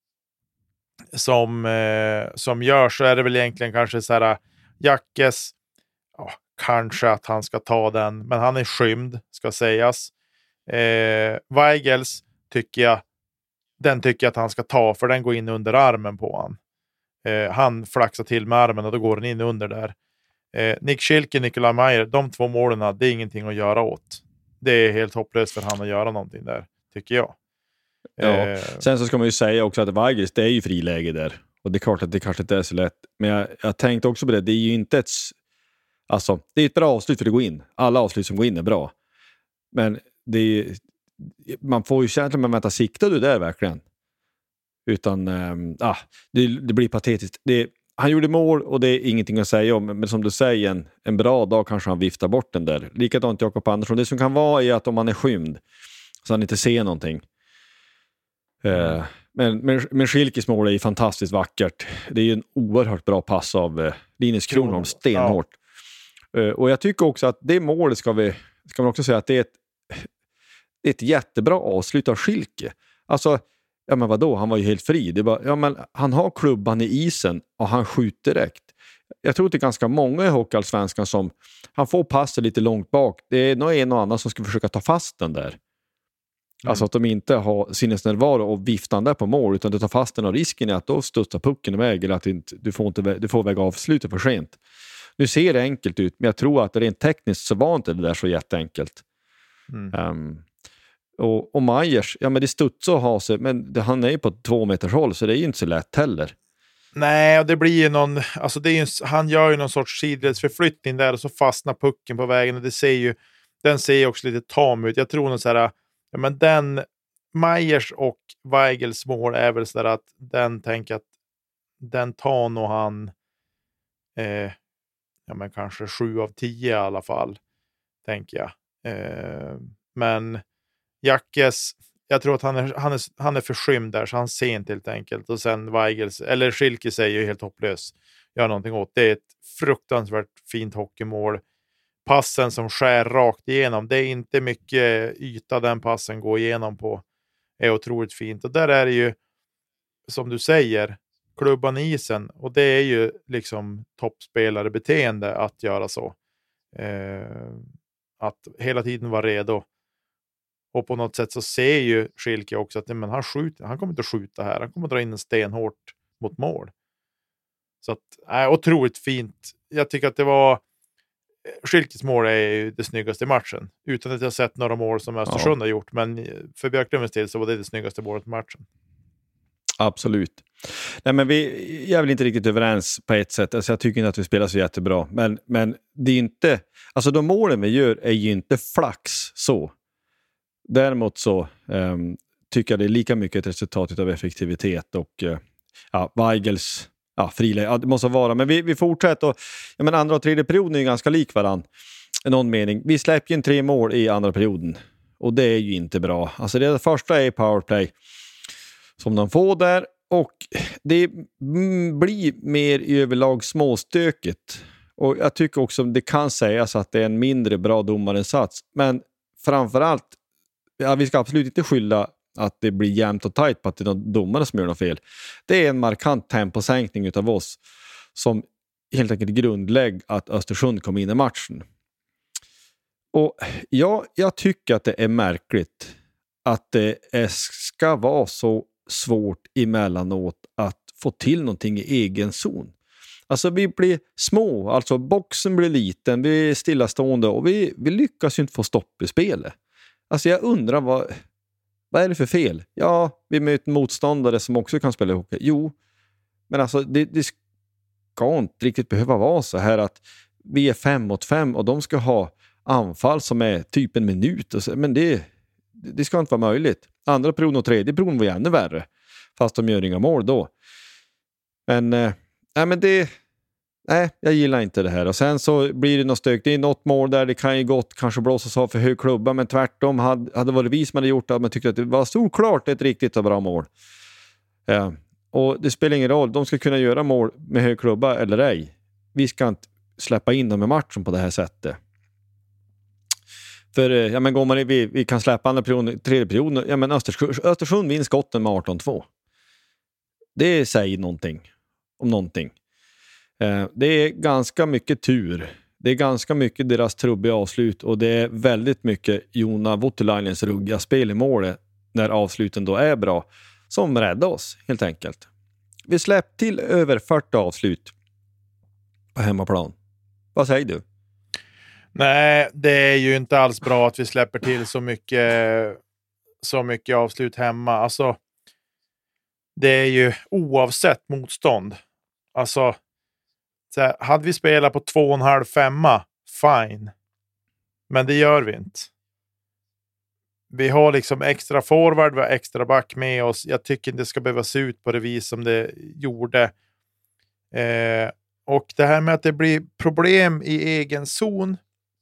som eh, som görs så är det väl egentligen kanske så här Jackes ja, kanske att han ska ta den men han är skymd ska sägas. Eh, Weigels tycker jag den tycker jag att han ska ta för den går in under armen på han. Eh, han flaxar till med armen och då går den in under där. Eh, Nick Schilke, Nikolaj Meyer, de två målen det är ingenting att göra åt. Det är helt hopplöst för han att göra någonting där, tycker jag. Ja. Eh, Sen så ska man ju säga också att Weigels, det är ju friläge där. Och det är klart att det kanske inte är så lätt. Men jag, jag tänkte också på det, det är ju inte ett alltså, det är ett bra avslut för det går in. Alla avslut som går in är bra. Men det är, man får ju känna med vänta, siktar du där verkligen? Utan, ähm, ah, det, det blir patetiskt. Det, han gjorde mål och det är ingenting att säga om. Men som du säger, en, en bra dag kanske han viftar bort den där. Likadant Jakob Andersson. Det som kan vara är att om man är skymd så han inte ser någonting. Mm. Uh, men, men, men Schilkes mål är ju fantastiskt vackert. Det är ju en oerhört bra pass av uh, Linus Kronholm, stenhårt. Ja. Uh, och jag tycker också att det målet ska vi ska man också säga att det är ett, det är ett jättebra avslut av Schilke. Alltså, ja men vadå? Han var ju helt fri. Det bara, ja, men han har klubban i isen och han skjuter direkt. Jag tror att det är ganska många i Hockeyallsvenskan som han får passa lite långt bak. Det är nog en och annan som ska försöka ta fast den där. Mm. Alltså att de inte har sinnesnärvaro och viftan där på mål utan de tar fast den och risken är att då studsar pucken iväg eller att inte, du får inte du får väga avslutet för sent. Nu ser det enkelt ut men jag tror att rent tekniskt så var inte det där så jätteenkelt. Mm. Um, och, och Meyers, ja men det studsar att ha sig men det, han är ju på två meters håll så det är ju inte så lätt heller. Nej, och det blir ju någon, alltså det är ju, han gör ju någon sorts sidledsförflyttning där och så fastnar pucken på vägen och det ser ju, den ser ju också lite tam ut. Jag tror nog så här, ja men den, Meyers och Weigels mål är väl så där att den tänker att den tar nog han, eh, ja men kanske sju av tio i alla fall, tänker jag. Eh, men Jackes, jag tror att han är, han är, han är förskymd där så han ser inte helt enkelt. Och sen Weigels, eller Schilke säger ju helt hopplös. Gör någonting åt. Det är ett fruktansvärt fint hockeymål. Passen som skär rakt igenom. Det är inte mycket yta den passen går igenom på. Är otroligt fint. Och där är det ju, som du säger, klubban i isen. Och det är ju liksom toppspelare beteende att göra så. Eh, att hela tiden vara redo. Och på något sätt så ser ju Schilke också att men han, skjuter, han kommer inte att skjuta här. Han kommer att dra in en stenhårt mot mål. Så att, äh, otroligt fint. Jag tycker att det var Schilkes mål är ju det snyggaste i matchen. Utan att jag sett några mål som Östersund ja. har gjort. Men för Björklövens del så var det det snyggaste målet i matchen. Absolut. Nej, men vi är väl inte riktigt överens på ett sätt. Alltså jag tycker inte att vi spelar så jättebra. Men, men det är inte... Alltså de målen vi gör är ju inte flax så. Däremot så um, tycker jag det är lika mycket ett resultat av effektivitet och uh, ja, Weigels ja, friläge. Ja, det måste vara. Men vi, vi fortsätter. Och, ja, men andra och tredje perioden är ju ganska lik varann. I någon mening. Vi släpper ju en tre mål i andra perioden. Och det är ju inte bra. Alltså det första är powerplay som de får där. och det blir mer i överlag småstökigt. Och jag tycker också det kan sägas att det är en mindre bra domarinsats. Men framförallt, ja, vi ska absolut inte skylla att det blir jämnt och tajt på att det är någon domare som gör något fel. Det är en markant temposänkning utav oss som helt enkelt grundlägg att Östersund kom in i matchen. Och ja, jag tycker att det är märkligt att det är, ska vara så svårt emellanåt att få till någonting i egen zon. Alltså vi blir små, alltså boxen blir liten, vi är stillastående och vi, vi lyckas ju inte få stopp i spelet. Alltså jag undrar vad, vad är det för fel? Ja, vi möter motståndare som också kan spela hockey. Jo, men alltså det, det ska inte riktigt behöva vara så här att vi är fem mot fem och de ska ha anfall som är typ en minut. Och så, men det, det ska inte vara möjligt. Andra perioden och tredje perioden var ju ännu värre. Fast de gör inga mål då. Men, eh, nej, men det... Nej, jag gillar inte det här. Och sen så blir det något stök. Det är något mål där det kan ju gott kanske blåsas av för hög klubba. Men tvärtom hade, hade varit vi som hade gjort det. Man tyckte att det var såklart ett riktigt och bra mål. Ja. Och det spelar ingen roll. De ska kunna göra mål med hög klubba eller ej. Vi ska inte släppa in dem i matchen på det här sättet. För ja, men går man, vi, vi kan släppa andra perioden, tredje perioden. Ja, men Östersund, Östersund vinner skotten med arton två. Det säger någonting om någonting. Eh, det är ganska mycket tur. Det är ganska mycket deras trubbiga avslut och det är väldigt mycket Jona Voutilainens ruggiga spel i målet när avsluten då är bra som räddar oss helt enkelt. Vi släppte till över fyrtio avslut på hemmaplan. Vad säger du? Nej, det är ju inte alls bra att vi släpper till så mycket så mycket avslut hemma. Alltså, det är ju oavsett motstånd. Alltså, så här, hade vi spelat på två och en halv femma, fine. Men det gör vi inte. Vi har liksom extra forward, vi har extra back med oss. Jag tycker inte det ska behöva se ut på det vis som det gjorde. Eh, och det här med att det blir problem i egen zon,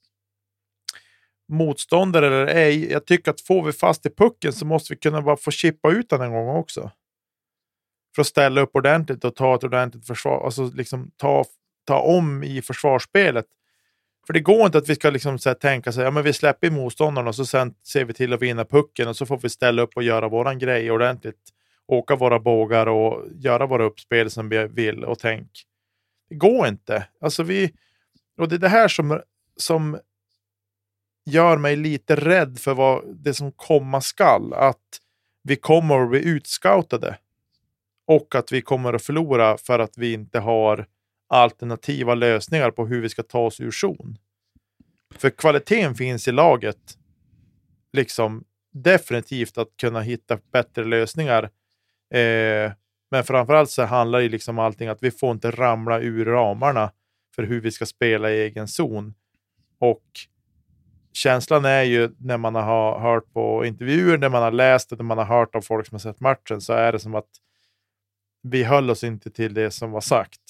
motståndare eller ej, jag tycker att får vi fast i pucken så måste vi kunna bara få chippa ut den en gång också. För att ställa upp ordentligt och ta ett ordentligt försvar, alltså liksom ta, ta om i försvarsspelet. För det går inte att vi ska liksom så här tänka sig, ja men vi släpper i motståndarna och så sen ser vi till att vinna pucken och så får vi ställa upp och göra våran grej ordentligt. Åka våra bågar och göra våra uppspel som vi vill och tänk. Det går inte. Alltså vi, och det är det här som, som gör mig lite rädd för vad det som komma skall. Att vi kommer att bli utscoutade. Och att vi kommer att förlora för att vi inte har alternativa lösningar på hur vi ska ta oss ur zon. För kvaliteten finns i laget. Liksom definitivt att kunna hitta bättre lösningar. Eh, men framförallt så handlar det liksom allting att vi får inte ramla ur ramarna för hur vi ska spela i egen zon. Och känslan är ju när man har hört på intervjuer, när man har läst det, när man har hört av folk som har sett matchen, så är det som att vi höll oss inte till det som var sagt.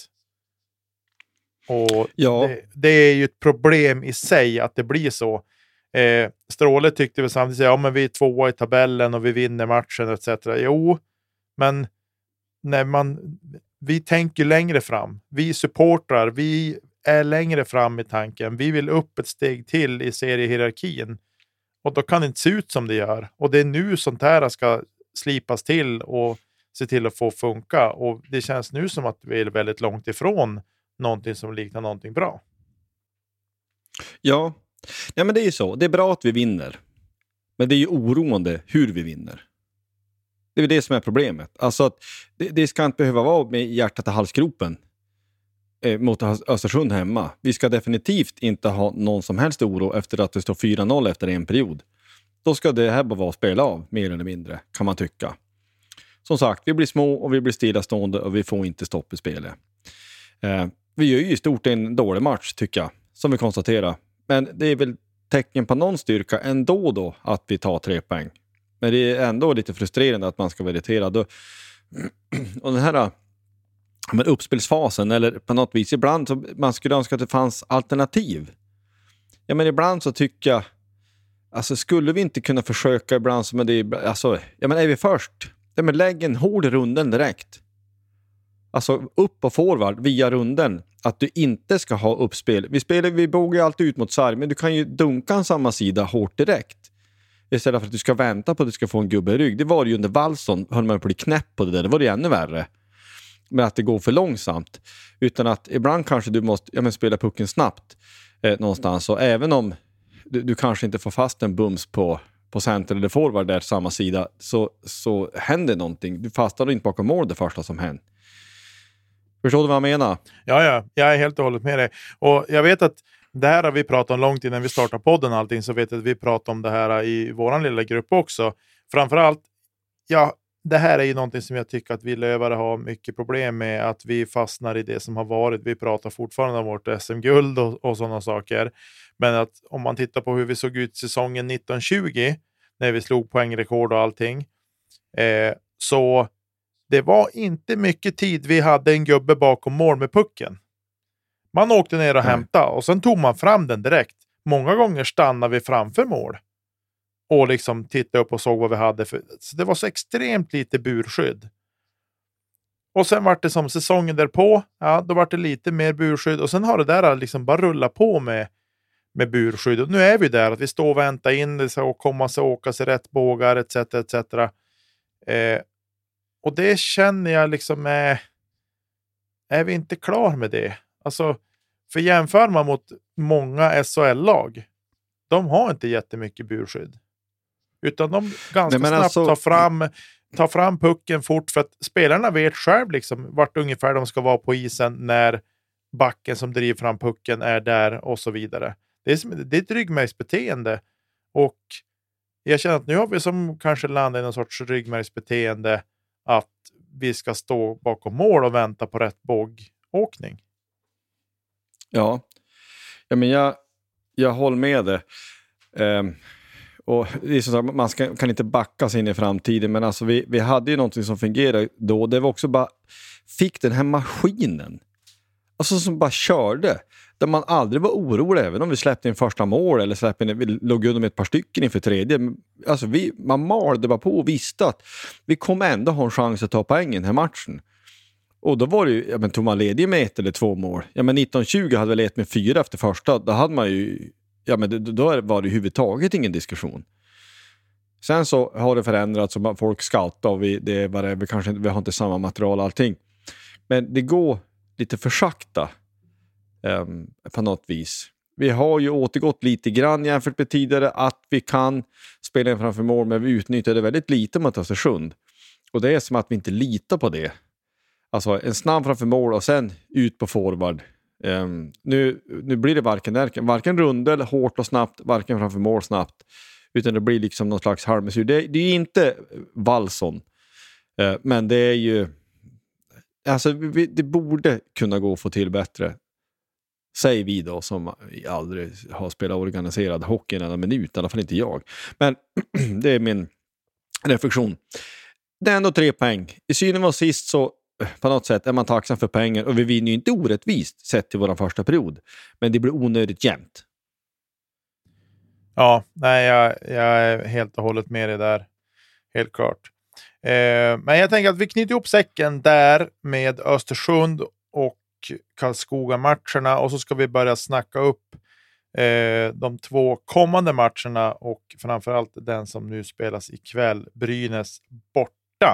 Och ja. det, det är ju ett problem i sig att det blir så. Eh, Stråle tyckte väl samtidigt, ja men vi är tvåa i tabellen och vi vinner matchen et cetera. Jo, men när man, vi tänker längre fram. Vi supportrar, vi är längre fram i tanken. Vi vill upp ett steg till i seriehierarkin. Och då kan det inte se ut som det gör. Och det är nu sånt här ska slipas till och se till att få funka. Och det känns nu som att vi är väldigt långt ifrån någonting som liknar någonting bra. Ja, ja men det är ju så. Det är bra att vi vinner. Men det är ju oroande hur vi vinner. Det är det som är problemet. Alltså att det, det ska inte behöva vara med hjärtat i halsgropen eh, mot Östersund hemma. Vi ska definitivt inte ha någon som helst oro efter att det står fyra noll efter en period. Då ska det här bara vara spela av, mer eller mindre, kan man tycka. Som sagt, vi blir små och vi blir stillastående och vi får inte stopp i spelet. Eh, vi gör ju i stort en dålig match, tycker jag, som vi konstaterar. Men det är väl tecken på någon styrka ändå då att vi tar tre poäng. Men det är ändå lite frustrerande att man ska vara irriterad. Och, och den här men uppspelsfasen, eller på något vis, ibland så man skulle önska att det fanns alternativ. Ja, men ibland så tycker jag, alltså skulle vi inte kunna försöka ibland som det är, alltså, ja men är vi först? Ja, men lägg en hård runden direkt. Alltså upp på forward via runden. Att du inte ska ha uppspel. Vi spelar, vi bågar alltid ut mot sarg. Men du kan ju dunka en samma sida hårt direkt. Istället för att du ska vänta på att du ska få en gubbe i rygg. Det var ju under Wallson. Höll man på att bli knäpp på det där. Det var det ännu värre. Men att det går för långsamt. Utan att ibland kanske du måste ja, men spela pucken snabbt. Eh, någonstans. Och även om du, du kanske inte får fast en bums på, på center eller forward där samma sida. Så, så händer någonting. Du fastnar inte bakom mål det första som händer. Förstår du vad jag menar? Ja, ja. Jag är helt och hållet med dig. Och jag vet att det här har vi pratat om långt innan vi startade podden och allting. Så vet jag att vi pratar om det här i våran lilla grupp också. Framförallt, ja, det här är ju någonting som jag tycker att vi lövare har mycket problem med. Att vi fastnar i det som har varit. Vi pratar fortfarande om vårt S M-guld och, och sådana saker. Men att om man tittar på hur vi såg ut säsongen nitton tjugo. När vi slog poängrekord och allting. Eh, så det var inte mycket tid vi hade en gubbe bakom mål med pucken. Man åkte ner och hämtade och sen tog man fram den direkt. Många gånger stannade vi framför mål. Och liksom tittade upp och såg vad vi hade. För, så det var så extremt lite burskydd. Och sen var det som säsongen därpå. Ja, då var det lite mer burskydd. Och sen har det där liksom bara rullat på med, med burskydd. Och nu är vi där att vi står och väntar in det och komma sig och åka sig rätt bågar et cetera et cetera. Eh, och det känner jag liksom är... Är vi inte klar med det? Alltså, för jämför man mot många S H L-lag. De har inte jättemycket burskydd. Utan de ganska Nej, snabbt alltså... tar, fram, tar fram pucken fort. För att spelarna vet själv liksom vart ungefär de ska vara på isen när backen som driver fram pucken är där och så vidare. Det är, som, det är ett ryggmärgsbeteende. Och jag känner att nu har vi som kanske landat i någon sorts ryggmärgsbeteende att vi ska stå bakom mål och vänta på rätt bågåkning. Ja, ja men jag, jag håller med det. Um, och det är så att man ska, kan inte backa sig in i framtiden, men alltså vi, vi hade ju någonting som fungerade då. Det var också bara, fick den här maskinen, alltså som bara körde, där man aldrig var orolig även om vi släppte in första mål eller släppte in, vi låg under med ett par stycken inför tredje. Alltså vi, man malde bara på och visste att vi kommer ändå ha en chans att ta poängen den här matchen. Och då var det ju, ja men tog man ledig med ett eller två mål. Ja men nitton tjugo hade vi lett med fyra efter första. Då hade man ju, ja men då var det i huvudtaget ingen diskussion. Sen så har det förändrats och folk scoutar och vi, det var det, vi kanske inte, vi har inte samma material och allting. Men det går lite för sakta um, på något vis. Vi har ju återgått lite grann jämfört med tidigare att vi kan spela in framför mål, men vi utnyttjade väldigt lite mot Östersund. Och det är som att vi inte litar på det. Alltså en snabb framför mål och sen ut på forward. Um, nu, nu blir det varken, där, varken rundel, hårt och snabbt, varken framför mål snabbt. Utan det blir liksom någon slags halvmesyr. Det, det är ju inte Wallson. Uh, men det är ju... Alltså vi, det borde kunna gå att få till bättre. Säger vi då som aldrig har spelat organiserad hockey en enda minut. I alla fall inte jag. Men det är min reflektion. Det är ändå tre poäng. I synen var sist så på något sätt är man tacksam för pengar. Och vi vinner ju inte orättvist sett till vår första period. Men det blir onödigt jämnt. Ja, nej jag, jag är helt och hållet med det där. Helt klart. Eh, men jag tänker att vi knyter ihop säcken där med Östersund och Karlskoga-matcherna. Och så ska vi börja snacka upp eh, de två kommande matcherna. Och framförallt den som nu spelas ikväll. Brynäs borta.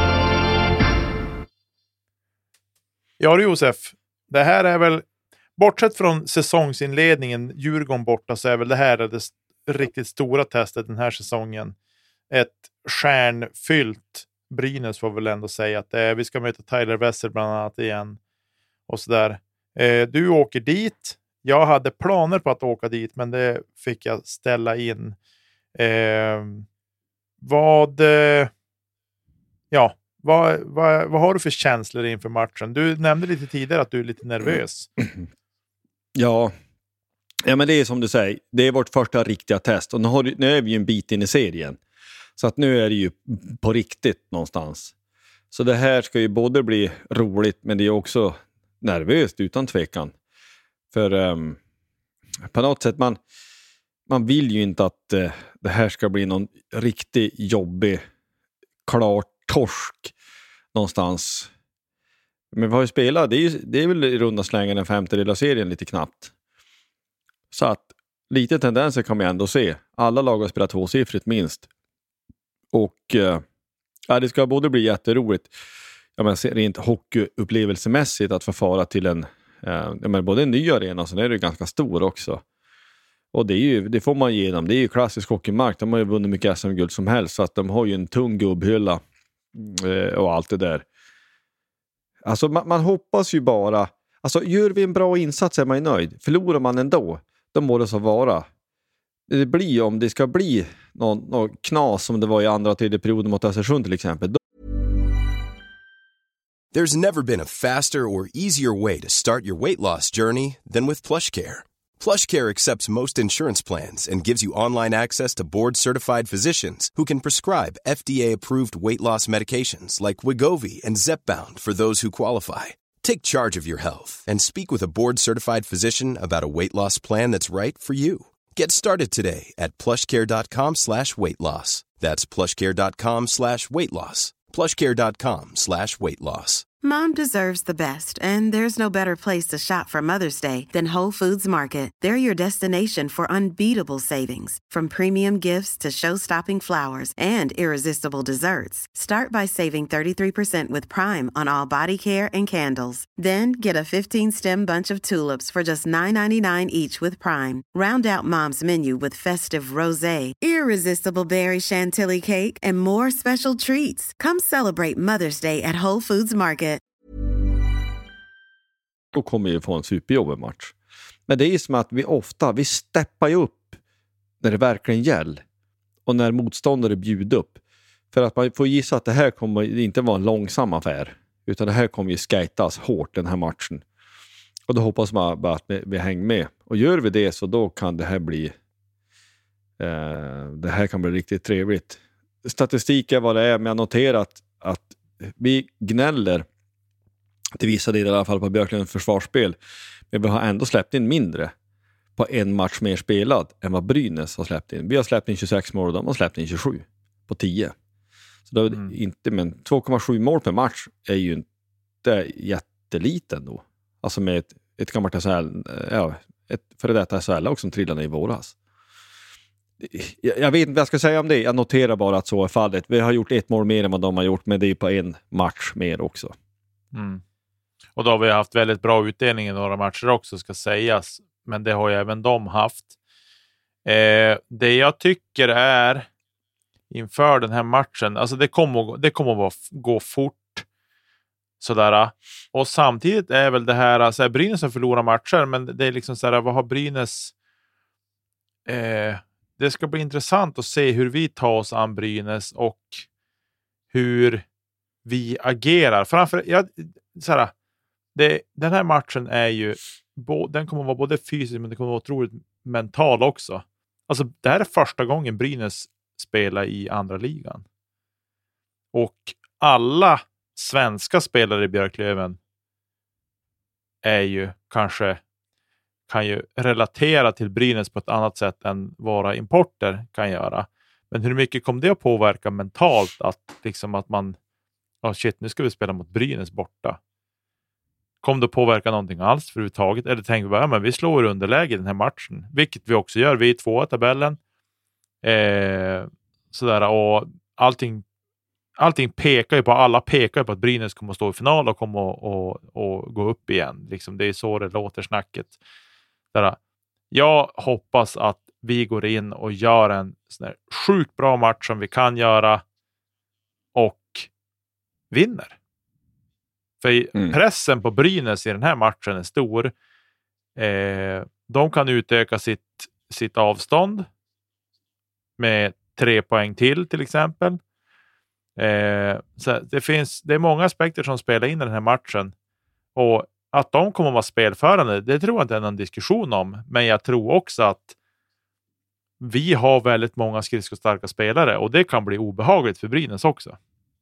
Ja du Josef, det här är väl, bortsett från säsongsinledningen, Djurgården borta, så är väl det här det st- riktigt stora testet den här säsongen. Ett stjärnfyllt Brynäs får väl ändå säga att det är. Vi ska möta Tyler Wessel bland annat igen. Och sådär. Eh, du åker dit. Jag hade planer på att åka dit, men det fick jag ställa in. Eh, vad... Eh, ja... Vad, vad, vad har du för känslor inför matchen? Du nämnde lite tidigare att du är lite nervös. Ja, ja men det är som du säger. Det är vårt första riktiga test. Och nu, har, nu är vi ju en bit in i serien. Så att nu är det ju på riktigt någonstans. Så det här ska ju både bli roligt, men det är också nervöst utan tvekan. För um, på något sätt, man, man vill ju inte att uh, det här ska bli någon riktigt jobbig, klart torsk någonstans. Men vi har ju spelat, det är, ju, det är väl i runda slängen en femtedel av serien lite knappt. Så att lite tendenser kan man ändå se. Alla lag har spelat tvåsiffrigt minst. Och eh, ja, det ska både bli jätteroligt, ja, men rent hockeyupplevelsemässigt att få fara till en, eh, ja, men både en ny arena och sen är det ganska stor också. Och det, är ju, det får man ge dem. Det är ju klassisk hockeymark. De har ju vunnit mycket S M-guld som helst. Så att de har ju en tung gubbhylla eh, och allt det där. Alltså man, man hoppas ju bara... Alltså gör vi en bra insats är man ju nöjd. Förlorar man ändå, då må det så vara. Det blir, om det ska bli någon, någon knas som det var i andra och tredje perioden mot Östersund till exempel. There's never been a faster or easier way to start your weight loss journey than with PlushCare. PlushCare accepts most insurance plans and gives you online access to board-certified physicians who can prescribe F D A-approved weight loss medications like Wegovy and Zepbound for those who qualify. Take charge of your health and speak with a board-certified physician about a weight loss plan that's right for you. Get started today at plushcare.com slash weight loss. That's plushcare.com slash weight loss. plushcare.com slash weight loss. Mom deserves the best, and there's no better place to shop for Mother's Day than Whole Foods Market. They're your destination for unbeatable savings, from premium gifts to show-stopping flowers and irresistible desserts. Start by saving thirty-three percent with Prime on all body care and candles. Then get a fifteen-stem bunch of tulips for just nine ninety-nine each with Prime. Round out Mom's menu with festive rosé, irresistible berry chantilly cake, and more special treats. Come celebrate Mother's Day at Whole Foods Market. Då kommer vi få en superjobbig match. Men det är ju som att vi ofta, vi steppar ju upp när det verkligen gäller. Och när motståndare bjuder upp. För att man får gissa att det här kommer inte vara en långsam affär. Utan det här kommer ju skatas hårt den här matchen. Och då hoppas man bara att vi, vi hänger med. Och gör vi det så då kan det här bli eh, det här kan bli riktigt trevligt. Statistik är vad det är, men jag noterar att, att vi gnäller till vissa delar i alla fall på Björklunds försvarsspel. Men vi har ändå släppt in mindre på en match mer spelad än vad Brynäs har släppt in. Vi har släppt in tjugosex mål och de har släppt in tjugosju på tio. Så då mm. inte, men två komma sju mål per match är ju inte jätteliten då. Alltså med ett, ett gammalt S H L, ja, ett före detta S H L också som trillade i våras. Jag, jag vet inte vad jag ska säga om det. Jag noterar bara att så är fallet. Vi har gjort ett mål mer än vad de har gjort, men det är på en match mer också. Mm. Och då har vi haft väldigt bra utdelning i några matcher också, ska sägas. Men det har ju även de haft. Eh, det jag tycker är inför den här matchen, alltså det kommer, det kommer att gå fort. Sådär. Och samtidigt är väl det här, alltså Brynäs har förlorat matcher, men det är liksom sådär, vad har Brynäs... Eh, det ska bli intressant att se hur vi tar oss an Brynäs och hur vi agerar. Framför, ja, sådär, det, den här matchen är ju, bo, den kommer att vara både fysisk men det kommer att vara otroligt mental också. Alltså det här är första gången Brynäs spelar i andra ligan. Och alla svenska spelare i Björklöven är ju kanske kan ju relatera till Brynäs på ett annat sätt än våra importer kan göra. Men hur mycket kommer det att påverka mentalt att liksom att man oh shit, nu ska vi spela mot Brynäs borta. Kommer det att påverka någonting alls för överhuvudtaget? Eller tänker vi bara, ja, men vi slår underläge i den här matchen. Vilket vi också gör. Vi är två i tabellen. Eh, sådär, och allting allting pekar ju på, alla pekar ju på att Brynäs kommer att stå i final och kommer att och, och gå upp igen. Liksom, det är så det låter snacket. Där, jag hoppas att vi går in och gör en sån här sjukt bra match som vi kan göra och vinner. För mm. pressen på Brynäs i den här matchen är stor. Eh, de kan utöka sitt, sitt avstånd med tre poäng till till exempel. Eh, så det finns, det är många aspekter som spelar in i den här matchen. Och att de kommer att vara spelförande, det tror jag inte är någon diskussion om. Men jag tror också att vi har väldigt många skridskostarka spelare. Och det kan bli obehagligt för Brynäs också.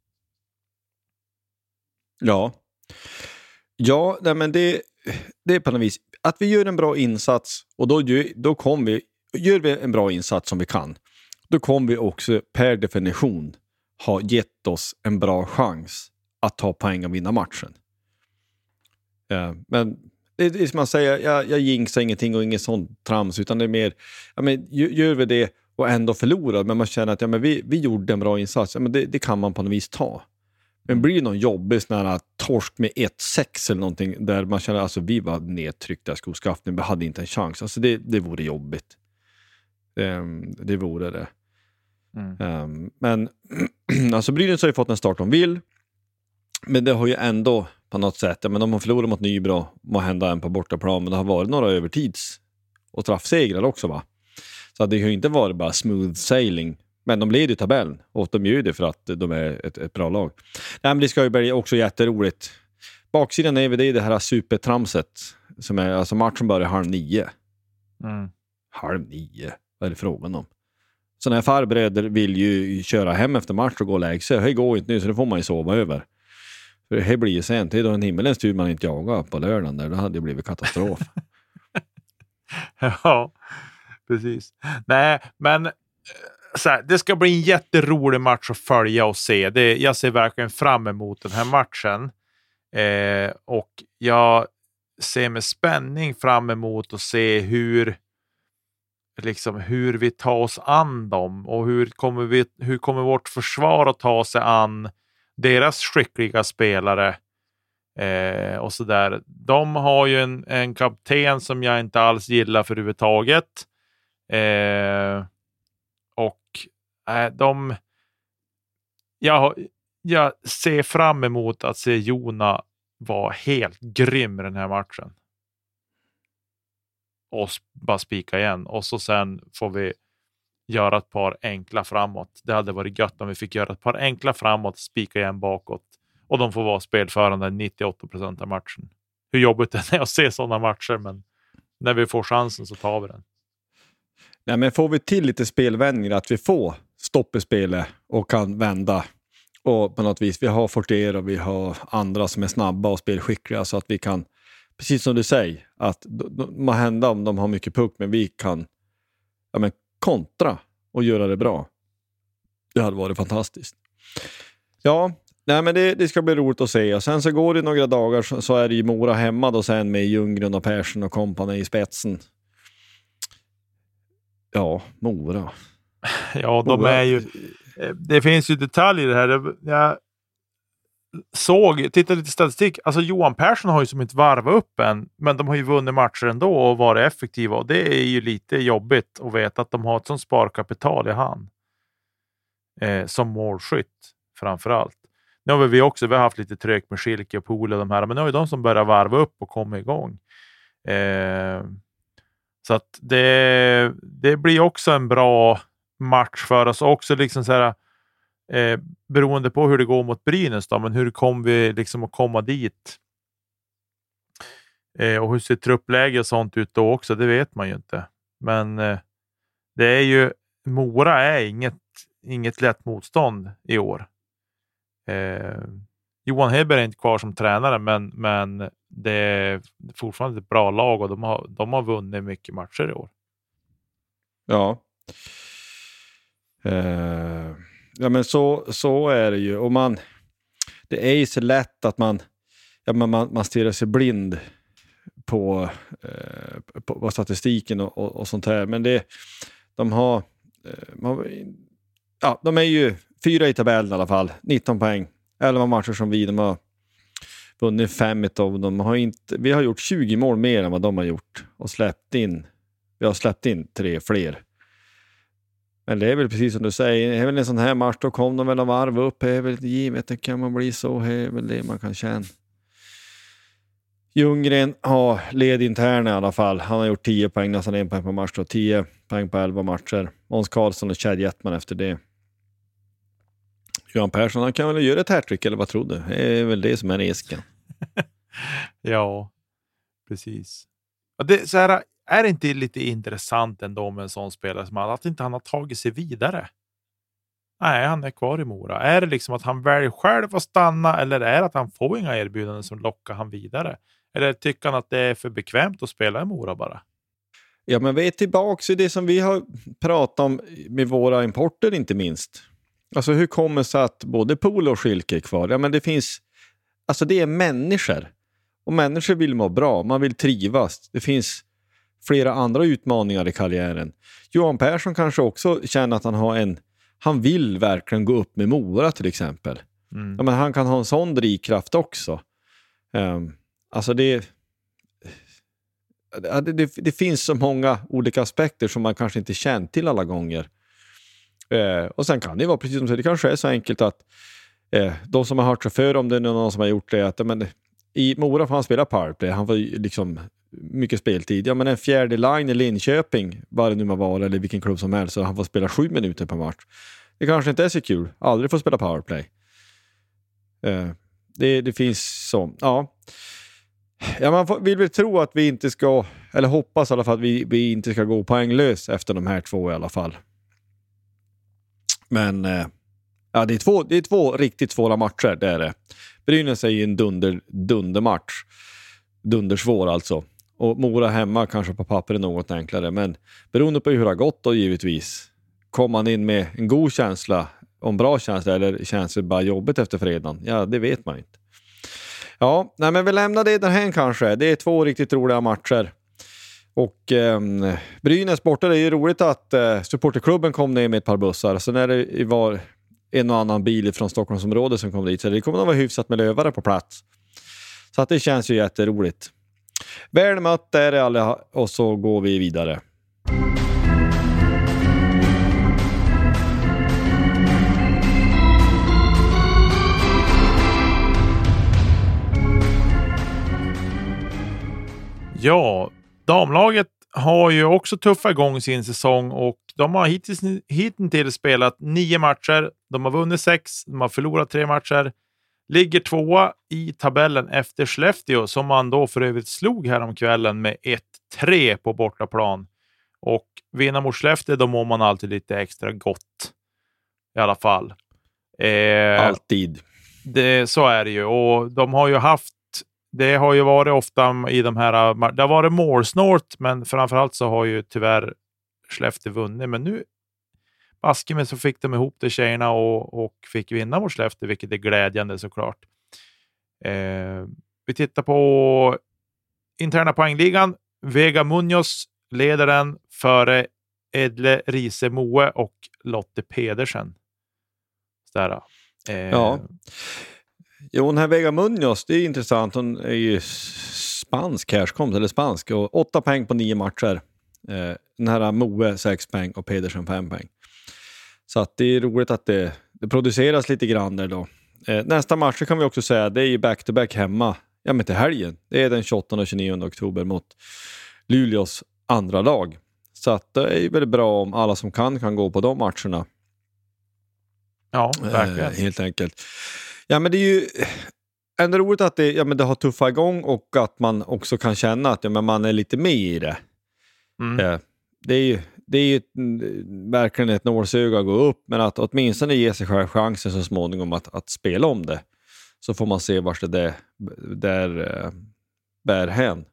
Ja. Ja, nej, men det, det är på något vis. Att vi gör en bra insats och då, då kommer vi, gör vi en bra insats som vi kan. Då kommer vi också per definition har gett oss en bra chans att ta poäng och vinna matchen. Ja, men det är som man säger, jag, jag jinxar ingenting och inget sånt trams, utan det är mer, ja, men gör vi det och ändå förlorar, men man känner att ja, men vi, vi gjorde en bra insats, ja, men det, det kan man på något vis ta. Men blir det någon jobbig sån här torsk med ett sex eller någonting där man känner att alltså, vi var nedtryckta skoskaftning, vi hade inte en chans. Alltså det, det vore jobbigt. Um, det vore det. Mm. Um, men alltså Brynäs har ju fått en start de vill. Men det har ju ändå på något sätt, ja, men de har förlorat mot Nybro, må hända en på bortaplan, men det har varit några övertids- och straffsegrar också, va? Så det har ju inte varit bara smooth sailing. Men de leder ju tabellen och de gör det för att de är ett, ett bra lag. Nej, men det ska ju bli också jätteroligt. Baksidan är det det här supertramset som är, alltså matchen börjar halv nio. Mm. Halv nio? Vad är det frågan om? Sådana här farbröder vill ju köra hem efter match och gå och lägga sig. Det går inte nu, så det får man ju sova över. För det här blir ju sent. Det är då en himmelens tur man inte jagar på lördagen där. Då hade det blivit katastrof. Ja, precis. Nej, men så här, det ska bli en jätterolig match att följa och se. Det, jag ser verkligen fram emot den här matchen. Eh, och jag ser med spänning fram emot att se hur liksom hur vi tar oss an dem och hur kommer, vi, hur kommer vårt försvar att ta sig an deras skickliga spelare eh, och sådär. De har ju en, en kapten som jag inte alls gillar för överhuvudtaget. Eh, och eh, de jag, jag ser fram emot att se Jona vara helt grym i den här matchen. Och bara spika igen. Och så sen får vi göra ett par enkla framåt. Det hade varit gött om vi fick göra ett par enkla framåt, spika igen bakåt. Och de får vara spelförande nittioåtta procent av matchen. Hur jobbigt det är att se sådana matcher, men när vi får chansen så tar vi den. Nej, men får vi till lite spelvändningar, att vi får stopp i spelet och kan vända. Och på något vis, vi har Fortier och vi har andra som är snabba och spelskickliga, så att vi kan, precis som du säger, att man händer om de har mycket puck, men vi kan ja, men kontra och göra det bra. Det hade varit fantastiskt. Ja, nej, men det, det ska bli roligt att se. Och sen så går det några dagar så, så är det ju Mora hemma då sen med Ljunggren och Persson och kompani i spetsen. Ja, Mora. Ja, de Mora. är ju... Det finns ju detaljer i det här. Jag såg, tittade lite statistik. Alltså Johan Persson har ju som inte varvat upp än, men de har ju vunnit matcher ändå och varit effektiva. Och det är ju lite jobbigt att veta att de har ett sånt sparkapital i hand. Eh, som målskytt framförallt. Nu har vi också vi har haft lite trögt med Schilke och Pool och de här, men nu är de som börjar varva upp och komma igång. Eh, så att det, det blir också en bra match för oss också, liksom så här, eh, beroende på hur det går mot Brynäs då, men hur kommer vi liksom att komma dit eh, och hur ser truppläge och sånt ut då också, det vet man ju inte, men eh, det är ju Mora är inget, inget lätt motstånd i år. eh, Johan Hedberg är inte kvar som tränare, men, men det är fortfarande ett bra lag och de har, de har vunnit mycket matcher i år. Ja. Uh, ja men så, så är det ju, och man det är ju så lätt att man ja, man, man, man stirrar sig blind på, uh, på, på statistiken och, och, och sånt här, men det de har uh, man, ja, de är ju fyra i tabellen i alla fall, nitton poäng, elva matcher som vi, de har vunnit fem av dem, har inte, vi har gjort tjugo mål mer än vad de har gjort och släppt in, vi har släppt in tre fler. Men det är väl precis som du säger, det är väl en sån här match, då kom de väl att varva upp, det är väl givet, det kan man bli så, det är väl det man kan känna. Ljunggren har led interna i alla fall, han har gjort tio poäng, nästan en poäng på match och tio poäng på elva matcher. Måns Karlsson och Chad Jettman efter det. Johan Persson, han kan väl göra ett hattrick, eller vad tror du? Det är väl det som är risken. Ja, precis. Och det, så här, är det inte lite intressant ändå med en sån spelare som att inte han har tagit sig vidare? Nej, han är kvar i Mora. Är det liksom att han väljer själv att stanna, eller är det att han får inga erbjudanden som lockar han vidare? Eller tycker han att det är för bekvämt att spela i Mora bara? Ja, men vi är tillbaka i det som vi har pratat om med våra importer inte minst. Alltså hur kommer det sig att både Polo och Schilke är kvar? Ja, men det finns, alltså det är människor. Och människor vill må bra, man vill trivas. Det finns flera andra utmaningar i karriären. Johan Persson kanske också känner att han har en, han vill verkligen gå upp med Mora till exempel. Mm. Ja, men han kan ha en sån drivkraft också. Um, alltså det, det, det det finns så många olika aspekter som man kanske inte känt till alla gånger. Uh, och sen kan det vara precis som det, det kanske är så enkelt att uh, de som har hört sig för, om det är någon som har gjort det, att men, i Mora får han spela powerplay, han får liksom mycket speltid. Ja, men en fjärde line i Linköping, vad det nu må vara, eller vilken klubb som helst, så han får spela sju minuter per match. Det kanske inte är så kul, aldrig får spela powerplay. Uh, det, det finns så, ja. Ja, man får, vill väl tro att vi inte ska, eller hoppas i alla fall att vi, vi inte ska gå poänglös efter de här två i alla fall. Men uh, ja, det är två, det är två riktigt svåra matcher, det är det. Brynäs är ju en dunder, dundermatch. Dundersvår alltså. Och Mora hemma kanske på papper är något enklare. Men beroende på hur det har gått då givetvis. Kommer man in med en god känsla, om bra känsla, eller känns det bara jobbet efter fredagen? Ja, det vet man inte. Ja, nej, men vi lämnar det den här kanske. Det är två riktigt roliga matcher. Och eh, Brynäs borta, det är ju roligt att eh, supporterklubben kom ner med ett par bussar. Så när det var en och annan bil från Stockholmsområdet som kom dit, så det kommer att vara hyfsat med lövare på plats. Så att det känns ju jätteroligt. Väl mött är det alla, och så går vi vidare. Ja, damlaget har ju också tuffa igång sin säsong och de har hittills, hittills spelat nio matcher. De har vunnit sex, de har förlorat tre matcher. Ligger tvåa i tabellen efter Skellefteå som man då för övrigt slog här om kvällen med ett tre på bortaplan. Och vinna mot Skellefteå, då mår man alltid lite extra gott. I alla fall. Eh, alltid. Det, så är det ju. Och de har ju haft, det har ju varit ofta i de här, det har varit målsnålt, men framförallt så har ju tyvärr Skellefteå vunnit. Men nu baske med så fick de ihop det tjejerna och, och fick vinna mot Skellefteå, vilket är glädjande såklart. Eh, vi tittar på interna poängligan. Vega Munoz leder den före Edle Riese Moe och Lotte Pedersen. Sådär. Eh, ja. Jo, den här Vega Munoz, det är intressant. Hon är ju spansk härkomst, eller spansk. Och åtta poäng på nio matcher. Eh, den här Moe sex poäng och Pedersen fem poäng. Så att det är roligt att det, det produceras lite grann där då. Eh, nästa match kan vi också säga, det är ju back-to-back hemma. Ja, men till helgen. Det är den tjugoåttonde och tjugonionde oktober mot Luleås andra lag. Så att det är ju väldigt bra om alla som kan kan gå på de matcherna. Ja, verkligen. Eh, helt enkelt. Ja, men det är ju ändå roligt att det, ja, men det har tuffa igång och att man också kan känna att ja, men man är lite med i det. Mm. Eh, det är ju Det är ju ett, verkligen ett nålsöga att gå upp, men att åtminstone ge sig själv chansen så småningom att, att spela om det. Så får man se vart det där, där äh, bär hän.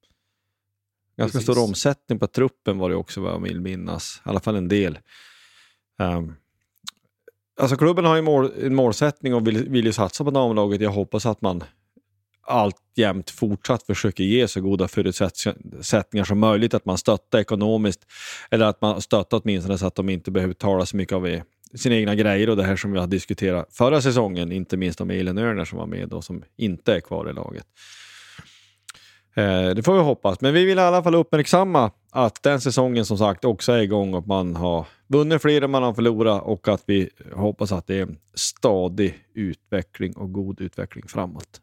Ganska Precis. Stor omsättning på truppen var det också, vad jag vill minnas. I alla fall en del. Um, alltså klubben har ju mål, en målsättning och vill, vill ju satsa på damlaget. Jag hoppas att man allt jämt fortsatt försöker ge så goda förutsättningar som möjligt, att man stöttar ekonomiskt eller att man stöttar åtminstone så att de inte behöver tala så mycket av sina egna grejer och det här som vi har diskuterat förra säsongen, inte minst om Elin Örner som var med och som inte är kvar i laget. Eh, det får vi hoppas, men vi vill i alla fall uppmärksamma att den säsongen som sagt också är igång och man har vunnit fler än man har förlorat och att vi hoppas att det är en stadig utveckling och god utveckling framåt.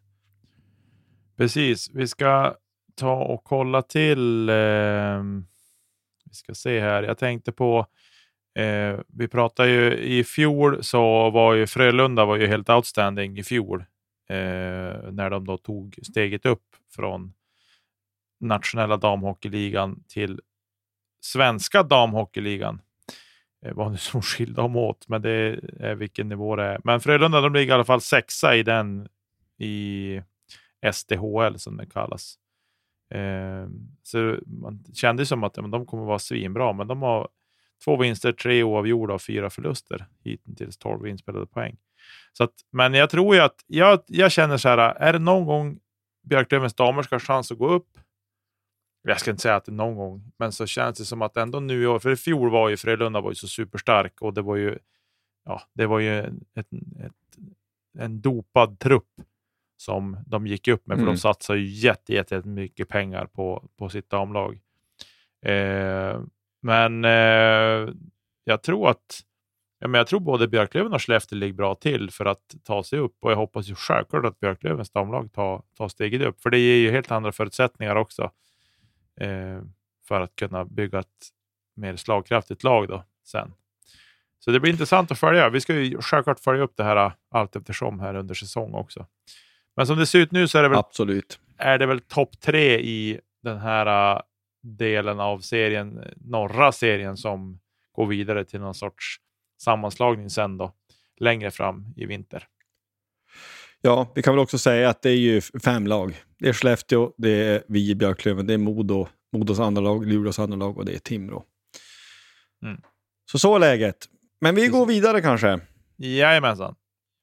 Precis, vi ska ta och kolla till, eh, vi ska se här, jag tänkte på, eh, vi pratade ju i fjol så var ju Frölunda var ju helt outstanding i fjol eh, när de då tog steget upp från nationella damhockeyligan till svenska damhockeyligan. Det var nu som skilda om åt, men det är vilken nivå det är. Men Frölunda, de ligger i alla fall sexa i den i S D H L som det kallas. Eh, så man kände som att ja, men de kommer vara svinbra, men de har, två vinster, tre oavgjorda och fyra förluster. Hittills tolv inspelade poäng. Så att, men jag tror ju att, jag, jag känner så här, är det någon gång Björklövens damer ska ha chans att gå upp? Jag ska inte säga att det är någon gång, men så känns det som att ändå nu i år, för i fjol var ju Frölunda var ju så superstark och det var ju, ja, det var ju ett, ett, en dopad trupp som de gick upp med, för mm. de satsar ju jätte, jätte mycket pengar på, på sitt damlag. Eh, men eh, jag tror att ja, men jag tror både Björklöven och Skellefteå ligger bra till för att ta sig upp, och jag hoppas ju självklart att Björklövens damlag tar, tar steget upp, för det ger ju helt andra förutsättningar också eh, för att kunna bygga ett mer slagkraftigt lag då sen. Så det blir intressant att följa. Vi ska ju självklart följa upp det här allt eftersom här under säsong också. Men som det ser ut nu så är det väl, absolut. Är det väl topp tre i den här delen av serien, norra serien, som går vidare till någon sorts sammanslagning sen då, längre fram i vinter. Ja, vi kan väl också säga att det är ju fem lag. Det är Skellefteå, det är vi i Björklöven, det är Modo, Modos andra lag, Luleås andra lag och det är Timrå. Mm. Så så är läget. Men vi går vidare kanske. Jajamensan.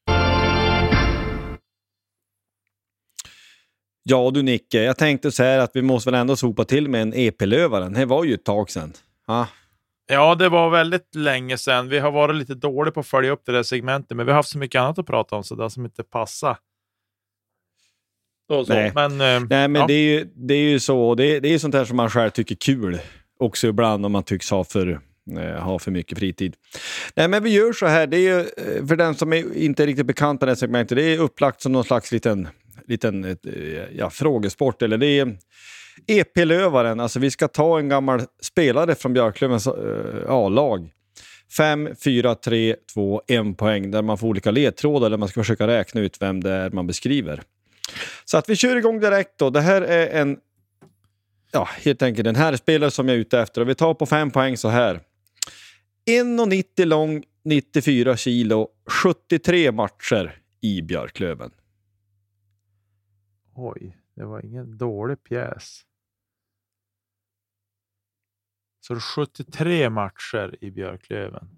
Ja du Nicke, jag tänkte så här att vi måste väl ändå sopa till med en E P-lövaren. Det var ju ett tag sedan. Ja. Ja, det var väldigt länge sedan. Vi har varit lite dåliga på att följa upp det där segmentet, men vi har haft så mycket annat att prata om så det som inte passar. Så, så. Nej. Men, eh, Nej, men ja. det, är ju, det är ju så. Det är, det är sånt här som man själv tycker kul. Också ibland om man tycks ha för, eh, ha för mycket fritid. Nej, men vi gör så här. Det är ju, för den som är inte är riktigt bekant med det segmentet, det är upplagt som någon slags liten, liten ja, frågesport. Eller det är E P-lövaren, alltså vi ska ta en gammal spelare från Björklövens äh, A-lag. fem, fyra, tre, två, ett poäng där man får olika ledtrådar där man ska försöka räkna ut vem det är man beskriver. Så att vi kör igång direkt då. Det här är en, ja helt enkelt den här spelare som jag är ute efter. Och vi tar på fem poäng så här. en komma nittio lång, nittiofyra kilo, sjuttiotre matcher i Björklöven. Oj, det var ingen dålig pjäs. Så sjuttiotre matcher i Björklöven.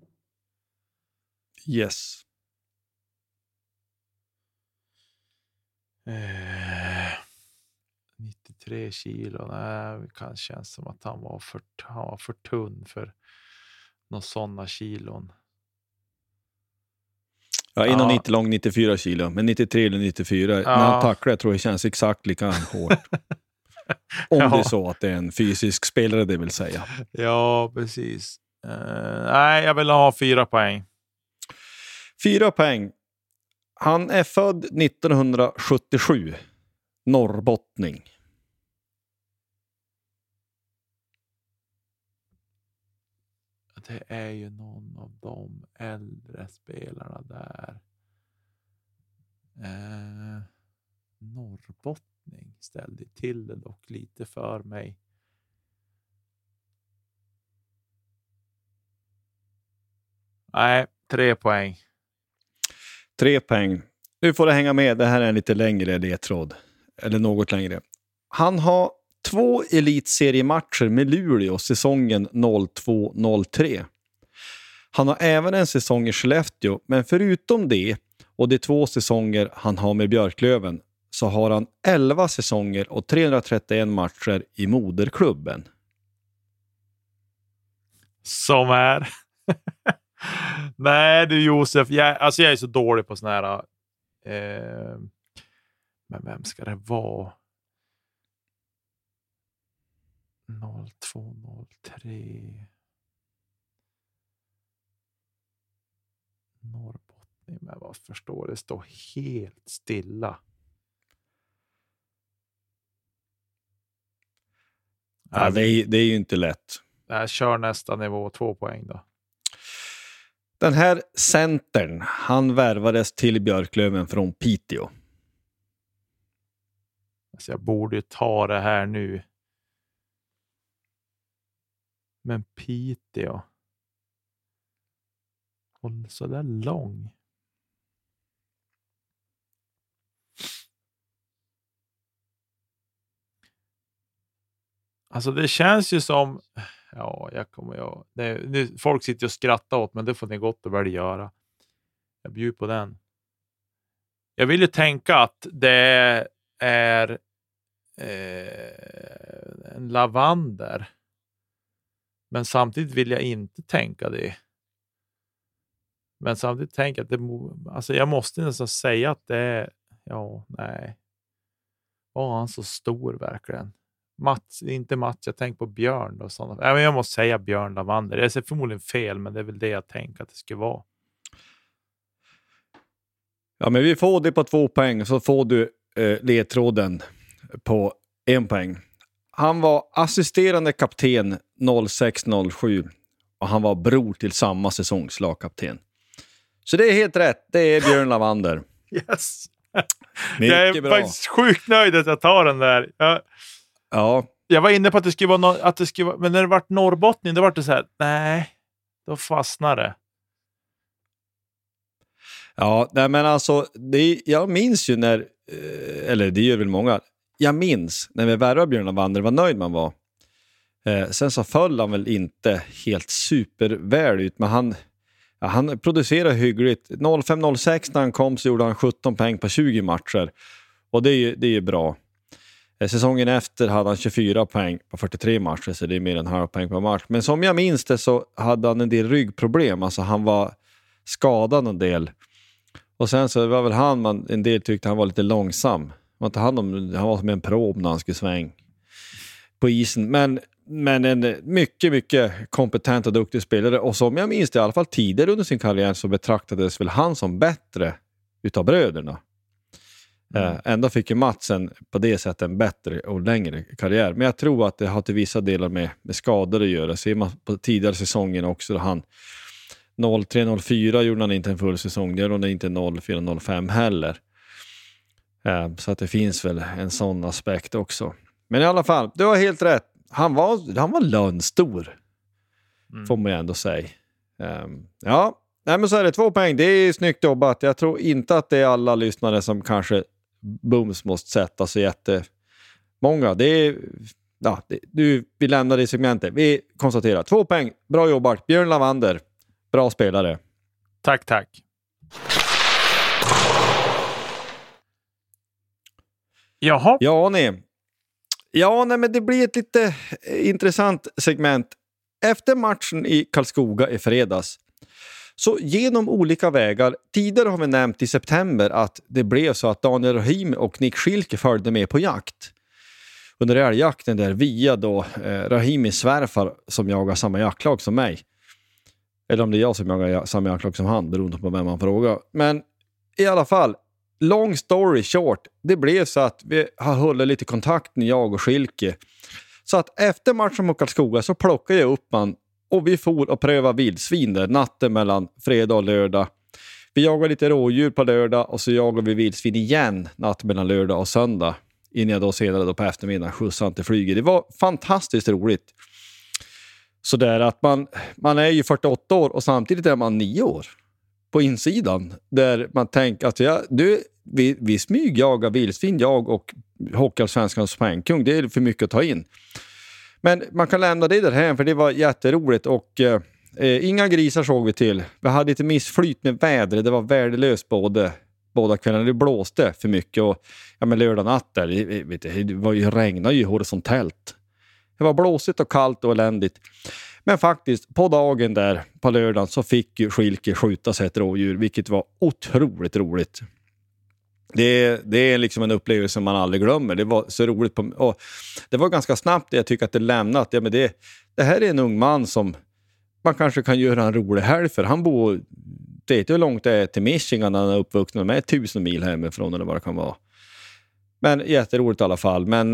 Yes. Eh, nittiotre kilo. Nej, det kan kännas som att han var för, han var för tunn för några sådana kilon. Ja, en komma nittio lång, nittiofyra kilo. Men nittiotre eller nittiofyra, ja. När han tacklar jag tror jag känns exakt lika hårt. Om ja. Det är så att det är en fysisk spelare, det vill säga. Ja, precis. Uh, nej, jag vill ha fyra poäng. Fyra poäng. Han är född nittonhundrasjuttiosju. Norrbottning. Det är ju någon av de äldre spelarna där. Uh, Norrbottning. Ställde till det dock lite för mig. Nej, tre poäng. Tre poäng. Nu får du hänga med. Det här är en lite längre ledtråd. Eller något längre. Han har två elitseriematcher med Luleå säsongen noll två noll tre. Han har även en säsong i Skellefteå. Men förutom det och de två säsonger han har med Björklöven så har han elva säsonger och trehundratrettioen matcher i moderklubben. Som är... Nej du Josef, jag, alltså jag är så dålig på såna här... Eh... Men vem ska det vara? noll två noll tre Norrbottning, men vad förstår det står helt stilla. Ja, det, är, det är ju inte lätt. Jag kör nästa nivå, två poäng då. Den här centern, han värvades till Björklöven från Piteå. Alltså jag borde ta det här nu. Men Piteå. Håll så där lång. Alltså det känns ju som ja, jag kommer jag. Det, nu, folk sitter och skrattar åt, men det får ni gott och väl göra. Jag bjuder på den. Jag vill ju tänka att det är eh, en lavander. Men samtidigt vill jag inte tänka det. Men samtidigt tänker jag att det, alltså jag måste nästan säga att det är, ja, nej. Åh, han är så stor verkligen. Mats, inte Mats, jag tänker på Björn och sådana. Ja, men jag måste säga Björn Lavander. Jag ser förmodligen fel, men det är väl det jag tänker att det ska vara. Ja, men vi får det på två poäng, så får du eh, ledtråden på en poäng. Han var assisterande kapten noll sex noll sju och han var bror till samma säsongs lagkapten. Så det är helt rätt, det är Björn Lavander. Yes! Mycket jag är bra. faktiskt sjukt nöjd att jag tar den där. Jag, ja. jag var inne på att det skulle vara, no- att det skulle vara, men när det vart Norrbotten, då var det så här, nej, då fastnar det. Ja, nej, men alltså, det, jag minns ju när, eller det gör väl många, jag minns när vi värvade Björn Lavander, vad nöjd man var. Eh, sen så föll han väl inte helt superväl ut, men han, ja, han producerade hyggligt. noll fem noll sex när han kom så gjorde han sjutton poäng på tjugo matcher. Och det är ju, det är ju bra. Eh, säsongen efter hade han tjugofyra poäng på fyrtiotre matcher, så det är mer än halv poäng per match. Men som jag minns det så hade han en del ryggproblem, alltså han var skadad en del. Och sen så var väl han, man, en del tyckte han var lite långsam. Man tar hand om, han var som en prob när han skulle sväng på isen. Men, men en mycket, mycket kompetent och duktig spelare. Och som jag minns det, i alla fall tidigare under sin karriär, så betraktades väl han som bättre utav bröderna. Mm. Äh, ändå fick ju Matsen på det sättet en bättre och längre karriär. Men jag tror att det har till vissa delar med, med skador att göra. Ser man på tidigare säsongen också, då han noll tre noll fyra gjorde han inte en full säsong. Det gjorde han inte noll fyra noll fem heller. Uh, så att det finns väl en sån aspekt också. Men i alla fall, du har helt rätt. Han var, han var lönnstor. Mm. Får man ju ändå säga. Um, ja, nej, men så är det två poäng. Det är snyggt jobbat. Jag tror inte att det är alla lyssnare som kanske bums måste sätta sig jättemånga. Det är, ja, det, du, vi lämnar det i segmentet. Vi konstaterar två poäng. Bra jobbat. Björn Lavander. Bra spelare. Tack, tack. Jaha. Ja, nej. Ja, nej, men det blir ett lite intressant segment. Efter matchen i Karlskoga i fredags, så genom olika vägar, tidigare har vi nämnt i september att det blev så att Daniel Rahimi och Nick Schilke följde med på jakt. Under älgjakten där via då eh, Rahimis svärfar som jagar samma jaktlag som mig. Eller om det är jag som jagar samma jaktlag som han, beroende på vem man frågar. Men i alla fall, long story short, det blev så att vi har hållit lite kontakt med jag och Schilke. Så att efter matchen mot Karlskoga så plockade jag upp han och vi for och pröva vildsvin där natten mellan fredag och lördag. Vi jagade lite rådjur på lördag och så jagade vi vildsvin igen natten mellan lördag och söndag. Innan jag då senare då på eftermiddagen skjutsade till flyget. Det var fantastiskt roligt. Så där att man, man är ju fyrtioåtta år och samtidigt är man nio år på insidan. Där man tänker att ja, du, vi, vi smygjagar vildsvin, jag och Hockeyallsvenskans poängkung. Det är för mycket att ta in. Men man kan lämna det där hem för det var jätteroligt och eh, inga grisar såg vi till. Vi hade lite missflyt med vädret. Det var värdelöst både, båda kvällarna. Det blåste för mycket och ja, men lördag natt där, vet du, det var ju, regnade ju horisontellt. Det var blåsigt och kallt och eländigt. Men faktiskt, på dagen där, på lördagen, så fick ju Schilke skjuta sig ett rådjur, vilket var otroligt roligt. Det, det är liksom en upplevelse man aldrig glömmer. Det var så roligt. På, och det var ganska snabbt det jag tycker att det lämnat. Ja, men det, det här är en ung man som man kanske kan göra en rolig helg för. Han bor, det är inte hur långt det är till Michigan när han är uppvuxen med tusen mil hemifrån eller vad det kan vara. Men jätteroligt i alla fall. Men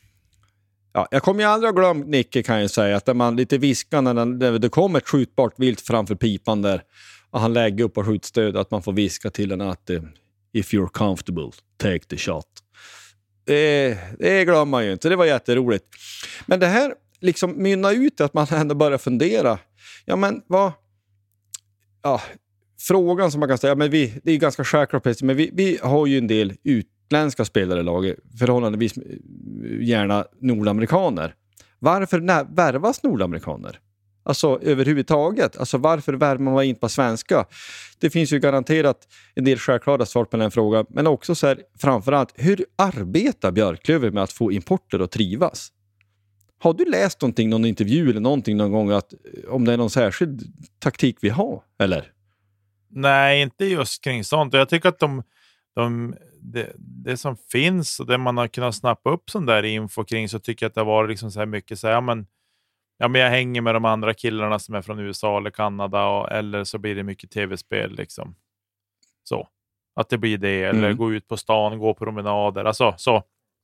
ja, jag kommer ju aldrig att glömma Nicke kan jag säga. Att när man lite viskande när det kommer ett skjutbart vilt framför pipan där och han lägger upp på skjutstöd att man får viska till den att if you're comfortable, take the shot. Det, det glömmer man ju inte. Det var jätteroligt. Men det här liksom mynnar ut att man ändå börjar fundera. Ja, men vad... Ja, frågan som man kan säga, men vi, det är ganska självklart, men vi, vi har ju en del utländska spelare i laget, förhållandevis gärna nordamerikaner. Varför när, värvas nordamerikaner? Alltså överhuvudtaget. Alltså varför värvar man inte på svenska? Det finns ju garanterat en del självklara svar på den frågan. Men också så här, framförallt, hur arbetar Björklöven med att få importer att trivas? Har du läst någonting, någon intervju eller någonting någon gång att, om det är någon särskild taktik vi har, eller? Nej, inte just kring sånt. Jag tycker att de, de, det, det som finns och det man har kunnat snappa upp sån där info kring, så tycker jag att det var liksom så här mycket så här, ja, men, ja, men jag hänger med de andra killarna som är från U S A eller Kanada, och, eller så blir det mycket tv-spel liksom. Så. Att det blir det, eller Mm. gå ut på stan, gå på promenader, alltså så.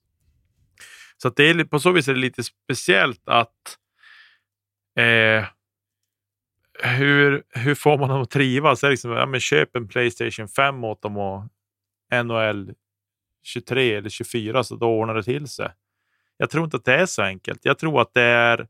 Så att det är, på så vis är det lite speciellt att eh, hur, hur får man dem att trivas? Liksom, ja, men köp en PlayStation fem åt dem och N H L tjugotre eller tjugofyra, så då ordnar det till sig. Jag tror inte att det är så enkelt. Jag tror att det är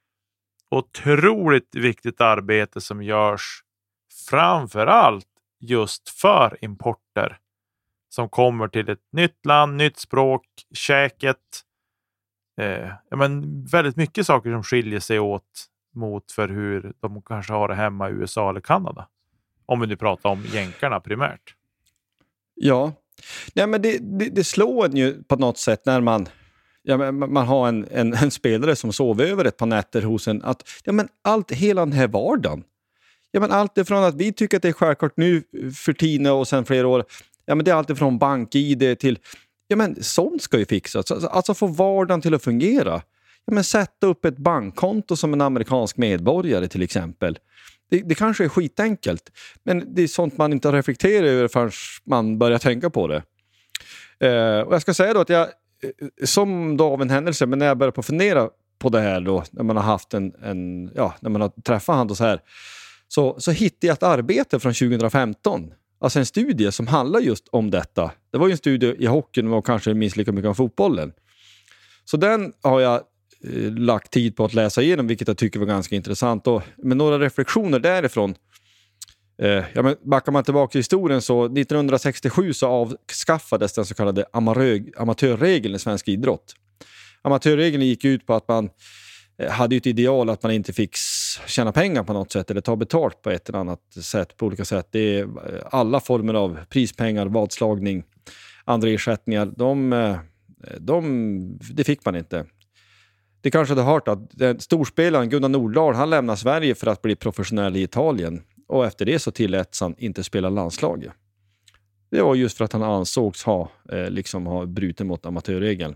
otroligt viktigt arbete som görs framförallt just för importer som kommer till ett nytt land, nytt språk, käket. Eh, ja, men väldigt mycket saker som skiljer sig åt mot för hur de kanske har det hemma i U S A eller Kanada. Om vi nu pratar om jänkarna primärt. Ja, nej, men det, det, det slår en ju på något sätt när man, ja, man, man har en, en, en spelare som sover över ett par nätter hos en. Att, ja, men allt, hela den här vardagen. Ja, men allt ifrån att vi tycker att det är självklart nu för Tina och sen flera år. Ja, men det är allt ifrån bank-I D till, ja, men sånt ska ju fixas. Alltså, alltså få vardagen till att fungera. Ja, men sätta upp ett bankkonto som en amerikansk medborgare till exempel. Det, det kanske är skitenkelt. Men det är sånt man inte reflekterar över förrän man börjar tänka på det. Eh, och jag ska säga då att jag, som då av en händelse, men när jag började på fundera på det här då, när man har haft en, en ja, när man har träffat han och så här, så, så hittade jag ett arbete från tjugohundrafemton. Alltså en studie som handlar just om detta. Det var ju en studie i hockeyn och kanske minst lika mycket om fotbollen. Så den har jag eh, lagt tid på att läsa igenom, vilket jag tycker var ganska intressant. Och med några reflektioner därifrån. Eh, ja, men backar man tillbaka i historien så nittonhundrasextiosju så avskaffades den så kallade amarö- amatörregeln i svensk idrott. Amatörregeln gick ut på att man eh, hade ett ideal att man inte fick tjäna pengar på något sätt eller ta betalt på ett eller annat sätt, på olika sätt. Det är alla former av prispengar, vadslagning, andra ersättningar, de, de, det fick man inte. Det kanske hade hört att den storspelaren Gunnar Nordahl, han lämnade Sverige för att bli professionell i Italien, och efter det så tilläts han inte spela landslaget. Det var just för att han ansågs ha, eh, liksom ha brutit mot amatörregeln.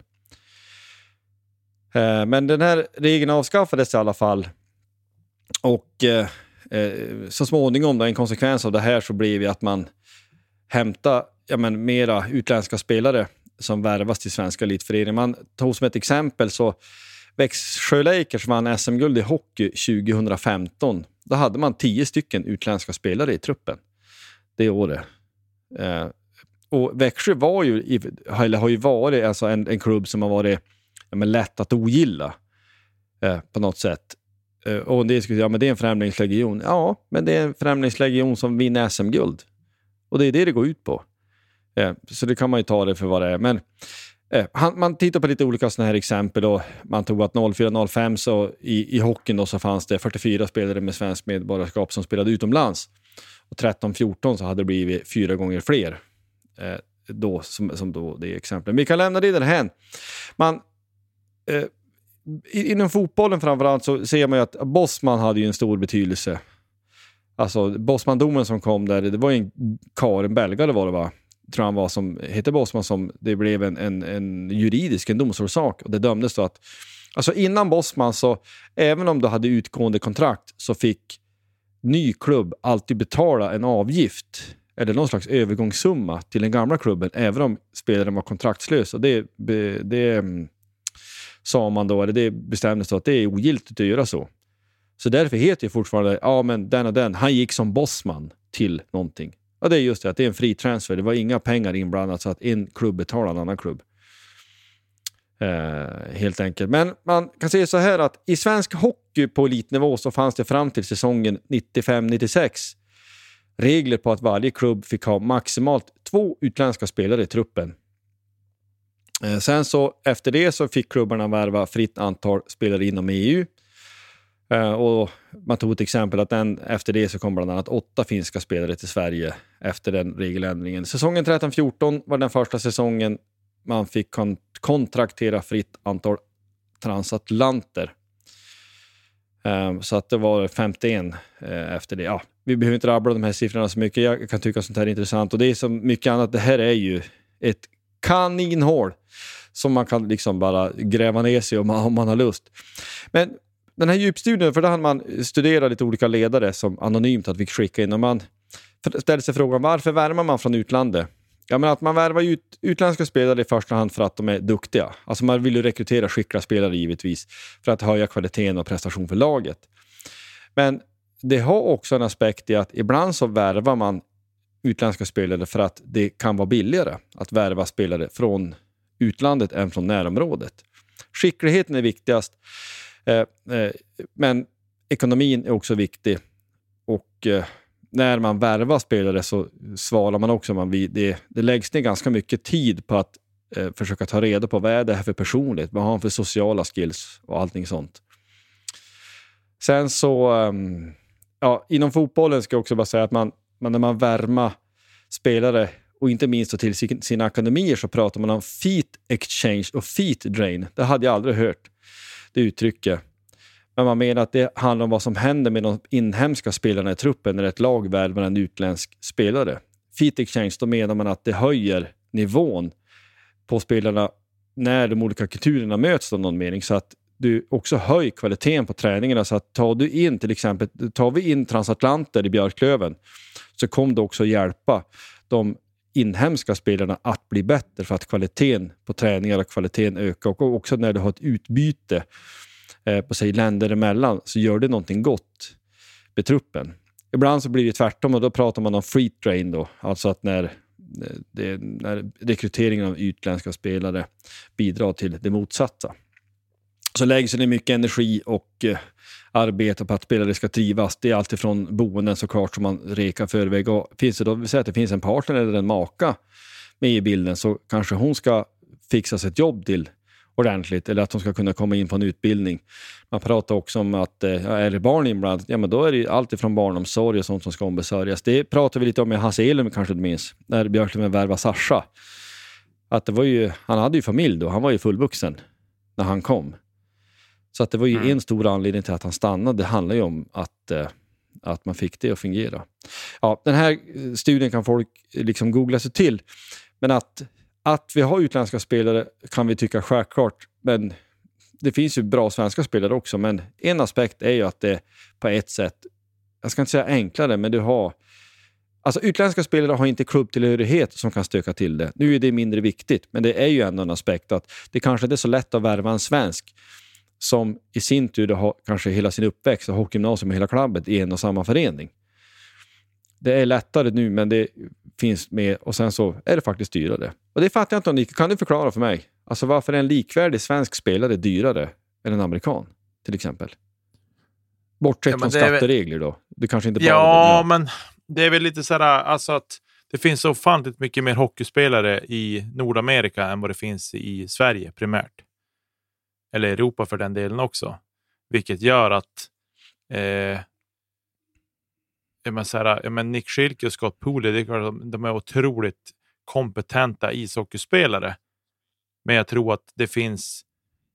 Eh, men den här regeln avskaffades i alla fall. Och eh, eh, så småningom då, en konsekvens av det här så blev det att man hämtar ja, men, mera utländska spelare som värvas till svenska elitföreningar. Man tog som ett exempel så Växjö Lakers vann S M-guld i hockey tjugohundrafemton. Då hade man tio stycken utländska spelare i truppen det året. Eh, och Växjö var ju, eller har ju varit alltså en, en klubb som har varit ja, men, lätt att ogilla eh, på något sätt. Och det skulle ja, men det är en främlingslegion. Ja, men det är en främlingslegion som vinner S M-guld. Och det är det det går ut på. Eh, så det kan man ju ta det för vad det är. Men eh, han, man tittar på lite olika sådana här exempel. Och man tog att noll fyra noll fem så i, i hockeyn då så fanns det fyrtiofyra spelare med svensk medborgarskap som spelade utomlands. Och tretton fjorton så hade det blivit fyra gånger fler. Eh, då, som, som då det är exempel. Vi kan lämna det därhän. Man... Eh, Inom fotbollen framförallt så ser man ju att Bosman hade ju en stor betydelse. Alltså Bosman-domen som kom där, det var ju en Karen belgare var det va? Tror han var som hette Bosman, som det blev en, en, en juridisk, en domstolssak, och det dömdes då att alltså innan Bosman så även om du hade utgående kontrakt så fick ny klubb alltid betala en avgift eller någon slags övergångssumma till den gamla klubben även om spelaren var kontraktslös, och det det sa man då, eller det bestämdes då att det är ogiltigt att göra så. Så därför heter det fortfarande, ja men den och den, han gick som bossman till någonting. Ja, det är just det, att det är en fri transfer. Det var inga pengar inblandat så att en klubb betalar en annan klubb. Eh, helt enkelt. Men man kan säga så här att i svensk hockey på elitnivå så fanns det fram till säsongen nittiofem nittiosex regler på att varje klubb fick ha maximalt två utländska spelare i truppen. Eh, sen så efter det så fick klubbarna värva fritt antal spelare inom E U. Eh, och man tog ett exempel att den, efter det så kom bland annat åtta finska spelare till Sverige efter den regeländringen. Säsongen tretton fjorton var den första säsongen man fick kon- kontraktera fritt antal transatlanter. Um, så att det var femtioen uh, efter det. Ja, vi behöver inte rabbla de här siffrorna så mycket. Jag kan tycka sånt här är intressant. Och det är som mycket annat. Det här är ju ett kaninhål som man kan liksom bara gräva ner sig om man, om man har lust. Men den här djupstudien, för där hade man studerat lite olika ledare som anonymt att vi skicka in. Och man ställde sig frågan, varför värvar man från utlandet? Ja, men att man värvar ut utländska spelare i första hand för att de är duktiga. Alltså man vill ju rekrytera skickliga spelare givetvis för att höja kvaliteten och prestation för laget. Men det har också en aspekt i att ibland så värvar man utländska spelare för att det kan vara billigare att värva spelare från utlandet än från närområdet. Skickligheten är viktigast, eh, eh, men ekonomin är också viktig. Och eh, när man värvar spelare så svarar man också man vid det, det läggs ner ganska mycket tid på att eh, försöka ta reda på vad är det här för personlighet, vad har han för sociala skills och allting sånt. Sen så um, ja, inom fotbollen ska jag också bara säga att man, man när man värmar spelare och inte minst till sin, sina akademier så pratar man om feet exchange och feet drain. Det hade jag aldrig hört, det uttrycket. Men man menar att det handlar om vad som händer med de inhemska spelarna i truppen när ett lag värvar en utländsk spelare. Feet exchange, då menar man att det höjer nivån på spelarna när de olika kulturerna möts av någon mening, så att du också höjer kvaliteten på träningarna. Så att tar du in till exempel, tar vi in transatlanter i Björklöven så kommer det också hjälpa de inhemska spelarna att bli bättre för att kvaliteten på träningar och kvaliteten ökar. Och också när du har ett utbyte på sig länder emellan så gör det någonting gott med truppen. Ibland så blir det tvärtom och då pratar man om free train då. Alltså att när, det, när rekryteringen av utländska spelare bidrar till det motsatta. Så läggs det mycket energi och eh, arbete på att spelare ska trivas. Det är alltid från boenden såklart som man rekar förväg. Och finns det då, vi säger att det finns en partner eller en maka med i bilden, så kanske hon ska fixa sig ett jobb till ordentligt, eller att de ska kunna komma in på en utbildning. Man pratar också om att eh, är det barn inblandat, ja men då är det allt ifrån barnomsorg och sånt som ska ombesörjas. Det pratar vi lite om med Hasse Elum kanske du minns, när Björklöven värva Sasha. Att det var ju, han hade ju familj då, han var ju fullvuxen när han kom. Så att det var ju mm. en stor anledning till att han stannade. Det handlar ju om att, eh, att man fick det att fungera. Ja, den här studien kan folk liksom googla sig till. Men att Att vi har utländska spelare kan vi tycka självklart, men det finns ju bra svenska spelare också. Men en aspekt är ju att det på ett sätt, jag ska inte säga enklare, men du har, alltså utländska spelare har inte klubbtillhörighet som kan stöka till det. Nu är det mindre viktigt, men det är ju ändå en aspekt att det kanske inte är så lätt att värva en svensk som i sin tur har kanske hela sin uppväxt och hockeygymnasium och hela klubbet i en och samma förening. Det är lättare nu, men det finns med, och sen så är det faktiskt dyrare. Och det fattar jag inte om ni kan du förklara för mig. Alltså varför är en likvärdig svensk spelare dyrare än en amerikan till exempel? Bortsett ja, från skatteregler då. Det kanske inte bara ja, det, men det är väl lite så här, alltså att det finns så ofantligt mycket mer hockeyspelare i Nordamerika än vad det finns i Sverige primärt. Eller Europa för den delen också. Vilket gör att eh, Men så här, ja, men Nick Schilke och Scott Pooley, det är klart att de är otroligt kompetenta ishockeyspelare. Men jag tror att det finns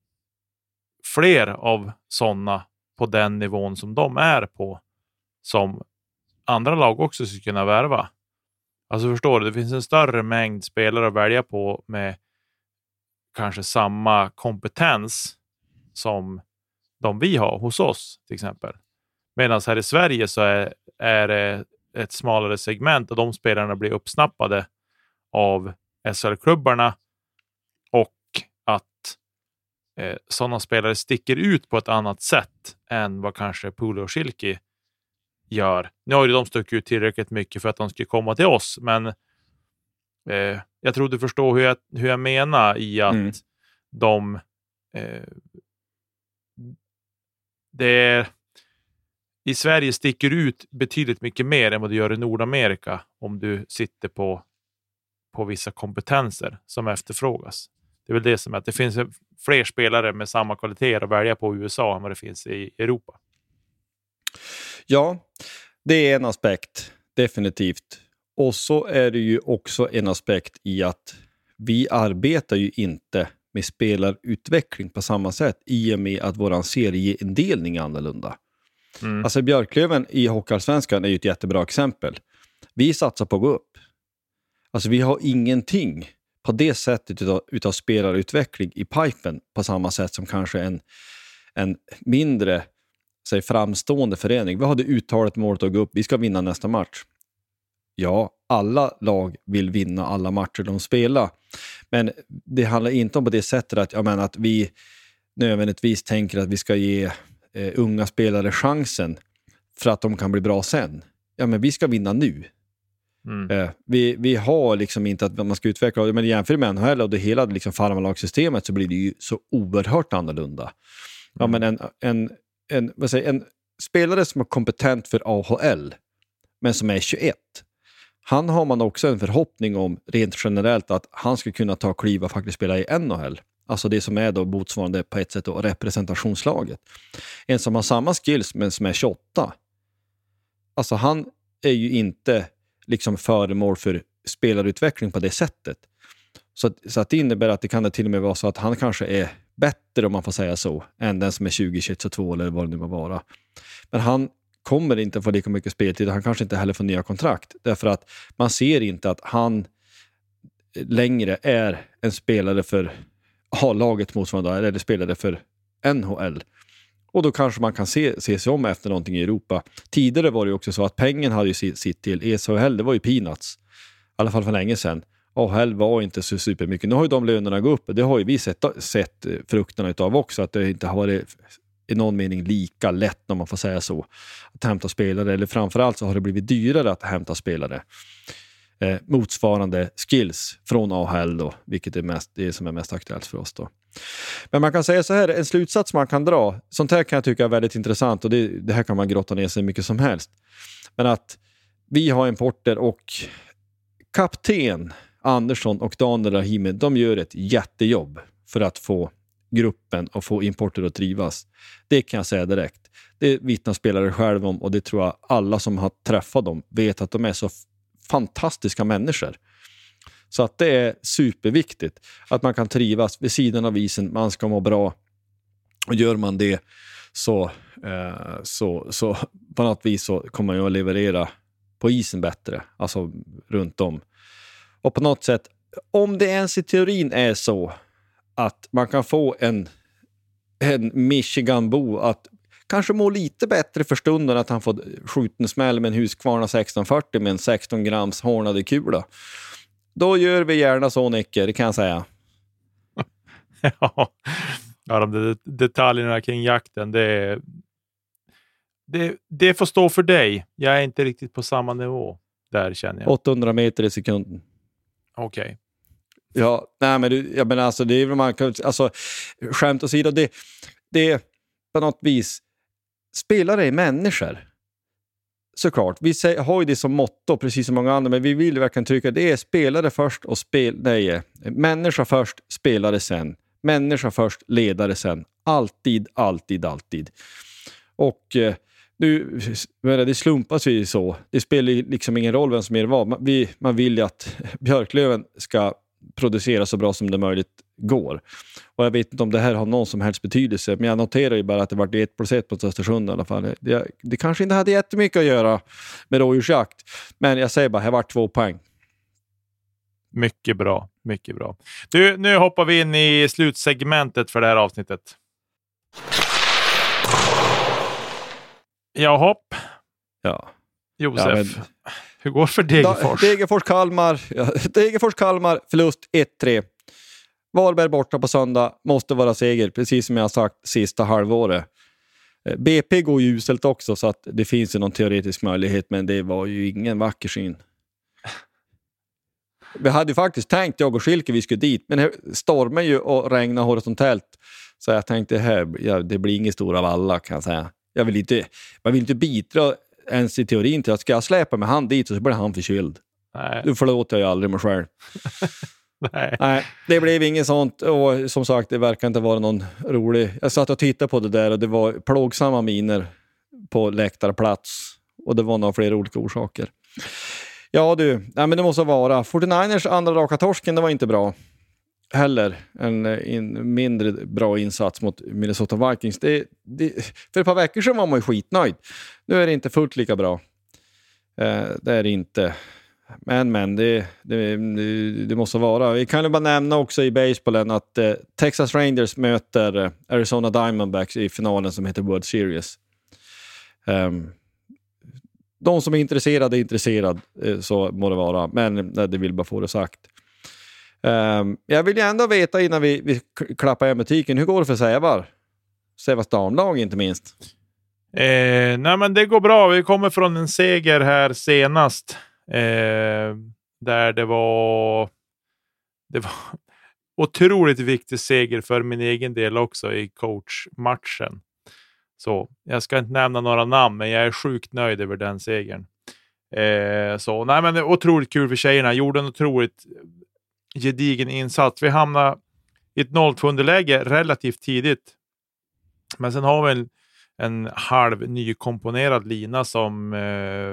fler av sådana på den nivån som de är på som andra lag också skulle kunna värva. Alltså förstår du, det finns en större mängd spelare att välja på med kanske samma kompetens som de vi har hos oss till exempel. Medan här i Sverige så är, är det ett smalare segment och de spelarna blir uppsnappade av S H L-klubbarna och att eh, sådana spelare sticker ut på ett annat sätt än vad kanske Pooley och Schilke gör. Nu har ju de stuckit ut tillräckligt mycket för att de ska komma till oss, men eh, jag tror du förstår hur jag, hur jag menar i att mm. de eh, det är i Sverige sticker ut betydligt mycket mer än vad du gör i Nordamerika om du sitter på, på vissa kompetenser som efterfrågas. Det är väl det som är att det finns fler spelare med samma kvalitet att välja på i U S A än vad det finns i Europa. Ja, det är en aspekt, definitivt. Och så är det ju också en aspekt i att vi arbetar ju inte med spelarutveckling på samma sätt i och med att våran serieindelning är annorlunda. Mm. Alltså Björklöven i Hockeyallsvenskan är ju ett jättebra exempel. Vi satsar på att gå upp. Alltså vi har ingenting på det sättet utav, utav spelarutveckling i pipen på samma sätt som kanske en, en mindre säg, framstående förening. Vi hade uttalat målet att gå upp. Vi ska vinna nästa match. Ja, alla lag vill vinna alla matcher de spelar. Men det handlar inte om på det sättet att, jag menar, att vi nödvändigtvis tänker att vi ska ge eh, unga spelare chansen för att de kan bli bra sen. Ja, men vi ska vinna nu. Mm. Eh, vi, vi har liksom inte att man ska utveckla, men jämför med N H L och det hela liksom farmarlagssystemet så blir det ju så oerhört annorlunda. Mm. Ja, men en, en, en, vad säger, en spelare som är kompetent för A H L men som är tjugoett, han har man också en förhoppning om rent generellt att han ska kunna ta kliva och faktiskt spela i N H L. Alltså det som är då motsvarande på ett sätt då representationslaget. En som har samma skills men som är tjugoåtta. Alltså han är ju inte liksom föremål för spelarutveckling på det sättet. Så, så att det innebär att det kan det till och med vara så att han kanske är bättre, om man får säga så, än den som är tjugo, tjugoett, tjugotvå eller vad det nu må vara. Men han kommer inte få lika mycket speltid. Han kanske inte heller får nya kontrakt. Därför att man ser inte att han längre är en spelare för A-laget motsvarande eller spelare för N H L. Och då kanske man kan se, se sig om efter någonting i Europa. Tidigare var det ju också så att pengen hade ju sitt till. E S H L, det var ju peanuts. I alla fall för länge sedan. A H L var inte så supermycket. Nu har ju de lönerna gått upp. Det har ju vi sett, sett frukterna utav också. Att det inte har varit i någon mening lika lätt, om man får säga så, att hämta spelare. Eller framförallt så har det blivit dyrare att hämta spelare. Eh, motsvarande skills från A H L då, vilket är mest, det som är mest aktuellt för oss då. Men man kan säga så här, en slutsats man kan dra, sånt här kan jag tycka är väldigt intressant och det, det här kan man grotta ner sig mycket som helst. Men att vi har importer och kapten Andersson och Daniel Rahimi, de gör ett jättejobb för att få gruppen och få importer att trivas. Det kan jag säga direkt. Det vittnar spelare själv om och det tror jag alla som har träffat dem vet att de är så fantastiska människor. Så att det är superviktigt att man kan trivas vid sidan av isen, man ska må bra och gör man det så, eh, så, så på något vis så kommer man ju att leverera på isen bättre, alltså runt om. Och på något sätt, om det ens i teorin är så att man kan få en, en Michiganbo att kanske må lite bättre för stunden att han får skjuten smäll med en Husqvarna sexton fyrtio med en sexton grams hårnade kula. Då gör vi gärna så, Nicke, det kan jag säga. ja, ja, de detaljerna kring jakten, det, det, det får stå för dig. Jag är inte riktigt på samma nivå där, känner jag. åttahundra meter i sekunden. Okej. Okay. Ja, nej men du, jag menar alltså, det är man kan, alltså skämt åsido, det, det är på något vis spelare är människor. Såklart, vi har ju det som motto precis som många andra, men vi vill verkligen trycka det är spelare först och spel, nej, människa först, spelare sen. Människa först, ledare sen. Alltid, alltid, alltid. Och eh, nu, det slumpas ju så. Det spelar liksom ingen roll vem som är vad. Man, vi, man vill ju att Björklöven ska producera så bra som det möjligt går. Och jag vet inte om det här har någon som helst betydelse, men jag noterar ju bara att det var ett plus ett på Östersund i alla fall. Det, det kanske inte hade jättemycket att göra med rådjursjakt, men jag säger bara, här var två poäng. Mycket bra, mycket bra. Du, nu hoppar vi in i slutsegmentet för det här avsnittet. Ja, hopp. Ja. Josef, ja, men... hur går det för Degerfors? Degerfors Kalmar, ja, Degerfors Kalmar, förlust ett tre. Varberg borta på söndag, måste vara seger, precis som jag har sagt sista halvåret. B P går ju uselt också, så att det finns ju någon teoretisk möjlighet, men det var ju ingen vacker syn. Vi hade ju faktiskt tänkt, jag och Schilke, vi skulle dit, men det stormar ju och regnar horisontellt. Så jag tänkte, här, ja, det blir inget stor av alla, kan jag säga. Jag vill inte, man vill inte bidra ens i teorin till att ska jag släpa med han dit så blir han förkyld. Nej. Du förlåter jag ju aldrig mig själv. Nej. Nej, det blev inget sånt. Och som sagt, det verkar inte vara någon rolig... Jag satt och tittade på det där och det var plågsamma miner på läktarplats. Och det var några fler olika orsaker. Ja du, nej, men det måste vara. fyrtionioers andra raka torsken, det var inte bra. Heller en, en mindre bra insats mot Minnesota Vikings. Det, det, för ett par veckor sedan var man ju skitnöjd. Nu är det inte fullt lika bra. Eh, det är det inte. Men, men det, det, det måste vara. Vi kan ju bara nämna också i baseballen att eh, Texas Rangers möter eh, Arizona Diamondbacks i finalen som heter World Series. Um, de som är intresserade är intresserade, eh, så må det vara. Men eh, det vill bara få det sagt. Um, jag vill ju ändå veta innan vi, vi klappar i butiken, hur går det för Sävar? Sävars damlag inte minst. Eh, nej men det går bra. Vi kommer från en seger här senast. Eh, där det var det var otroligt viktig seger för min egen del också i coachmatchen. Så jag ska inte nämna några namn, men jag är sjukt nöjd över den segern. Eh, så nej men det är otroligt kul för tjejerna. Gjorde en otroligt gedigen insats. Vi hamnade i ett noll två underläge relativt tidigt. Men sen har vi en, en halv nykomponerad lina som eh,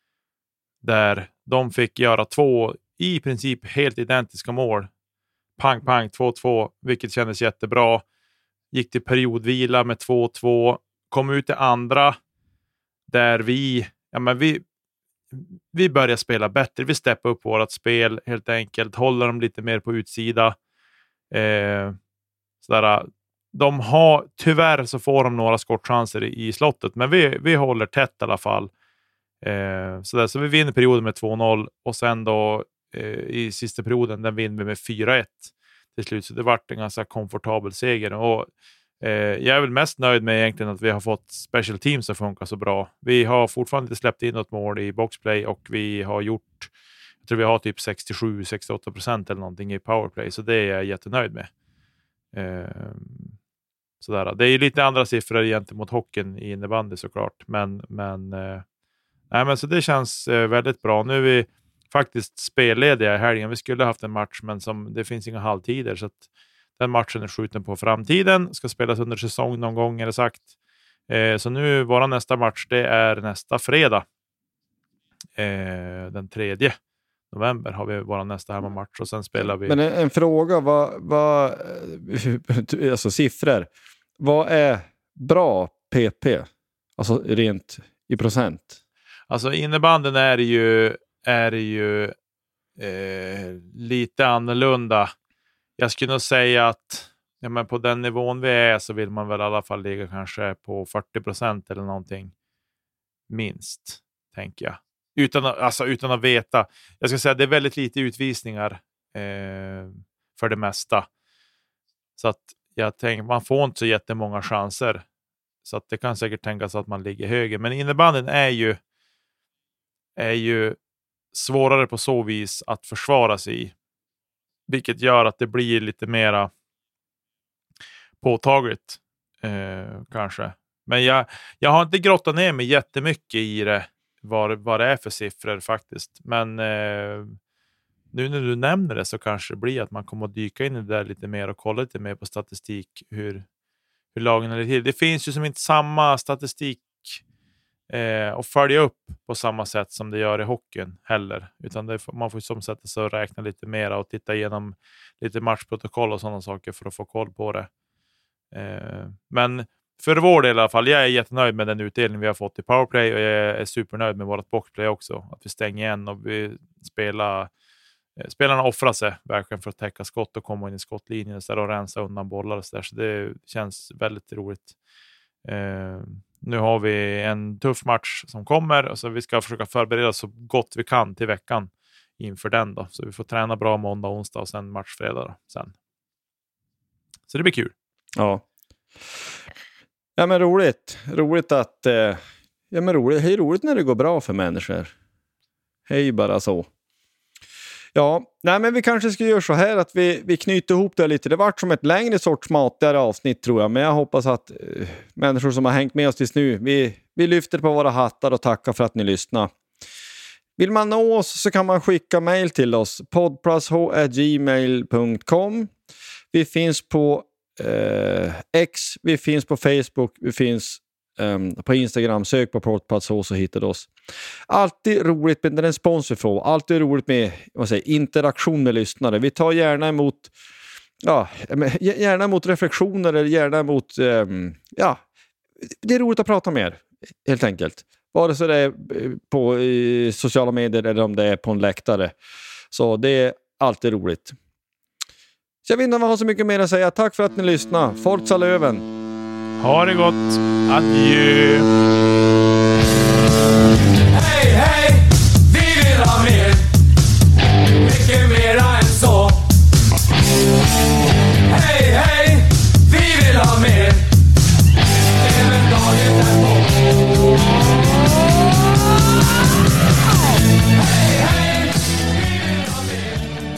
där de fick göra två i princip helt identiska mål. Pang, pang, två två, vilket kändes jättebra. Gick till periodvila med två två. Kom ut i andra där vi, ja men vi vi börjar spela bättre. Vi steppar upp vårat spel helt enkelt. Håller dem lite mer på utsida. Eh, sådär. De har, tyvärr så får de några skottchanser i, i slottet. Men vi, vi håller tätt i alla fall. Eh, sådär. Så vi vinner perioden med två noll. Och sen då eh, i sista perioden den vinner vi med fyra ett till slut. Så det vart en ganska komfortabel seger. Och eh, jag är väl mest nöjd med egentligen att vi har fått special teams att funka så bra. Vi har fortfarande inte släppt in något mål i boxplay. Och vi har gjort, jag tror vi har typ sextiosju till sextioåtta procent eller någonting i powerplay. Så det är jag jättenöjd med. Eh, sådär. Det är ju lite andra siffror gentemot hockeyn i innebandy såklart. Men, men, eh, nej, men så det känns eh, väldigt bra. Nu är vi faktiskt spellediga i helgen. Vi skulle ha haft en match, men som, det finns inga halvtider. Så att den matchen är skjuten på framtiden. Ska spelas under säsong någon gång är det sagt. Eh, så nu, vår nästa match, det är nästa fredag. Eh, den tredje november har vi vår nästa hemmamatch. Och sen spelar vi... Men en, en fråga, vad, vad alltså siffror. Vad är bra P P? Alltså rent i procent. Alltså innebanden är ju är ju eh, lite annorlunda. Jag skulle nog säga att ja, men på den nivån vi är så vill man väl i alla fall ligga kanske på fyrtio procent eller någonting minst, tänker jag. Utan, alltså, utan att veta. Jag ska säga att det är väldigt lite utvisningar eh, för det mesta. Så att jag tänker, man får inte så jättemånga chanser. Så att det kan säkert tänkas att man ligger högre. Men innebanden är ju är ju svårare på så vis att försvara sig i. Vilket gör att det blir lite mera påtagligt eh, kanske. Men jag, jag har inte grottat ner mig jättemycket i det. Vad, vad det är för siffror faktiskt. Men eh, nu när du nämner det så kanske det blir att man kommer att dyka in i det där lite mer och kolla lite mer på statistik. Hur, hur lagen är till. Det finns ju som inte samma statistik eh, och följa upp på samma sätt som det gör i hockeyn heller. Utan det, man får som sätta sig och räkna lite mer och titta igenom lite matchprotokoll och sådana saker för att få koll på det. Eh, men för vår del i alla fall, jag är jättenöjd med den utdelning vi har fått i powerplay och jag är supernöjd med vårt boxplay också. Att vi stänger igen och vi spelar, spelarna offrar sig verkligen för att täcka skott och komma in i skottlinjen och, och rensa undan bollar och så där. Så det känns väldigt roligt. Eh, nu har vi en tuff match som kommer och så vi ska försöka förbereda så gott vi kan till veckan inför den då. Så vi får träna bra måndag, onsdag och sen match fredag då, sen. Så det blir kul. Ja. Ja men roligt. Roligt att eh, ja men roligt. Det är roligt när det går bra för människor. Hej bara så. Ja, nej men vi kanske ska göra så här att vi, vi knyter ihop det lite. Det vart som ett längre sorts matigare avsnitt tror jag. Men jag hoppas att eh, människor som har hängt med oss tills nu, vi, vi lyfter på våra hattar och tackar för att ni lyssnar. Vill man nå oss så kan man skicka mejl till oss. podplush at gmail dot com. Vi finns på eh, X, vi finns på Facebook, vi finns Um, på Instagram, sök på Podplush så hittar du oss. Alltid roligt med den respons vi får. Alltid roligt med vad säger, interaktion med lyssnare. Vi tar gärna emot ja, gärna emot reflektioner eller gärna emot um, ja, det är roligt att prata med er helt enkelt. Vare sig det är på i sociala medier eller om det är på en läktare. Så det är alltid roligt. Så jag vet inte vad jag har så mycket mer att säga. Tack för att ni lyssnade. Forza Löven. Ha det gott. Adjö. Hej, hej, vi vill ha mer. Mycket mera än så. Hej, hej, vi vill ha mer. Även dagen därpå. Hej, hej, vi vill ha mer.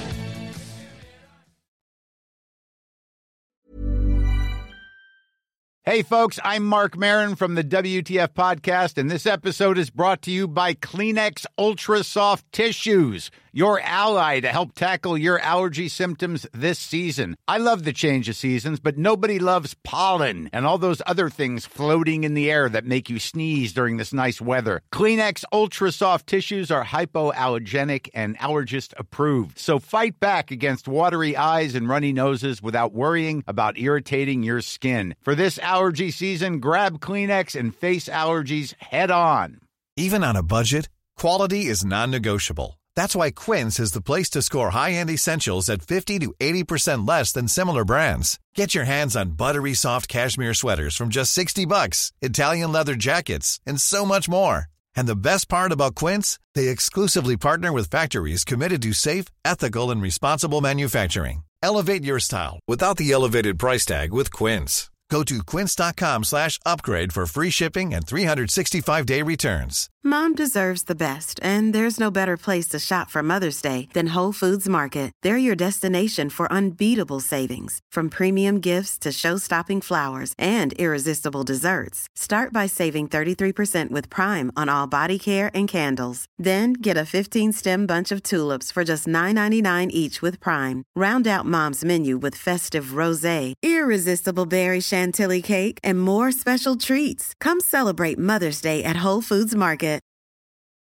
Hey, folks, I'm Mark Maron from the W T F Podcast, and this episode is brought to you by Kleenex Ultra Soft Tissues, your ally to help tackle your allergy symptoms this season. I love the change of seasons, but nobody loves pollen and all those other things floating in the air that make you sneeze during this nice weather. Kleenex Ultra Soft Tissues are hypoallergenic and allergist approved, so fight back against watery eyes and runny noses without worrying about irritating your skin. For this allergy season, grab Kleenex and face allergies head on. Even on a budget, quality is non-negotiable. That's why Quince is the place to score high-end essentials at fifty to eighty percent less than similar brands. Get your hands on buttery soft cashmere sweaters from just sixty bucks, Italian leather jackets, and so much more. And the best part about Quince, they exclusively partner with factories committed to safe, ethical, and responsible manufacturing. Elevate your style without the elevated price tag with Quince. Go to quince.com slash upgrade for free shipping and three sixty-five day returns. Mom deserves the best, and there's no better place to shop for Mother's Day than Whole Foods Market. They're your destination for unbeatable savings, from premium gifts to show-stopping flowers and irresistible desserts. Start by saving thirty-three percent with Prime on all body care and candles. Then get a fifteen-stem bunch of tulips for just nine ninety-nine each with Prime. Round out Mom's menu with festive rosé, irresistible berry chantilly cake, and more special treats. Come celebrate Mother's Day at Whole Foods Market.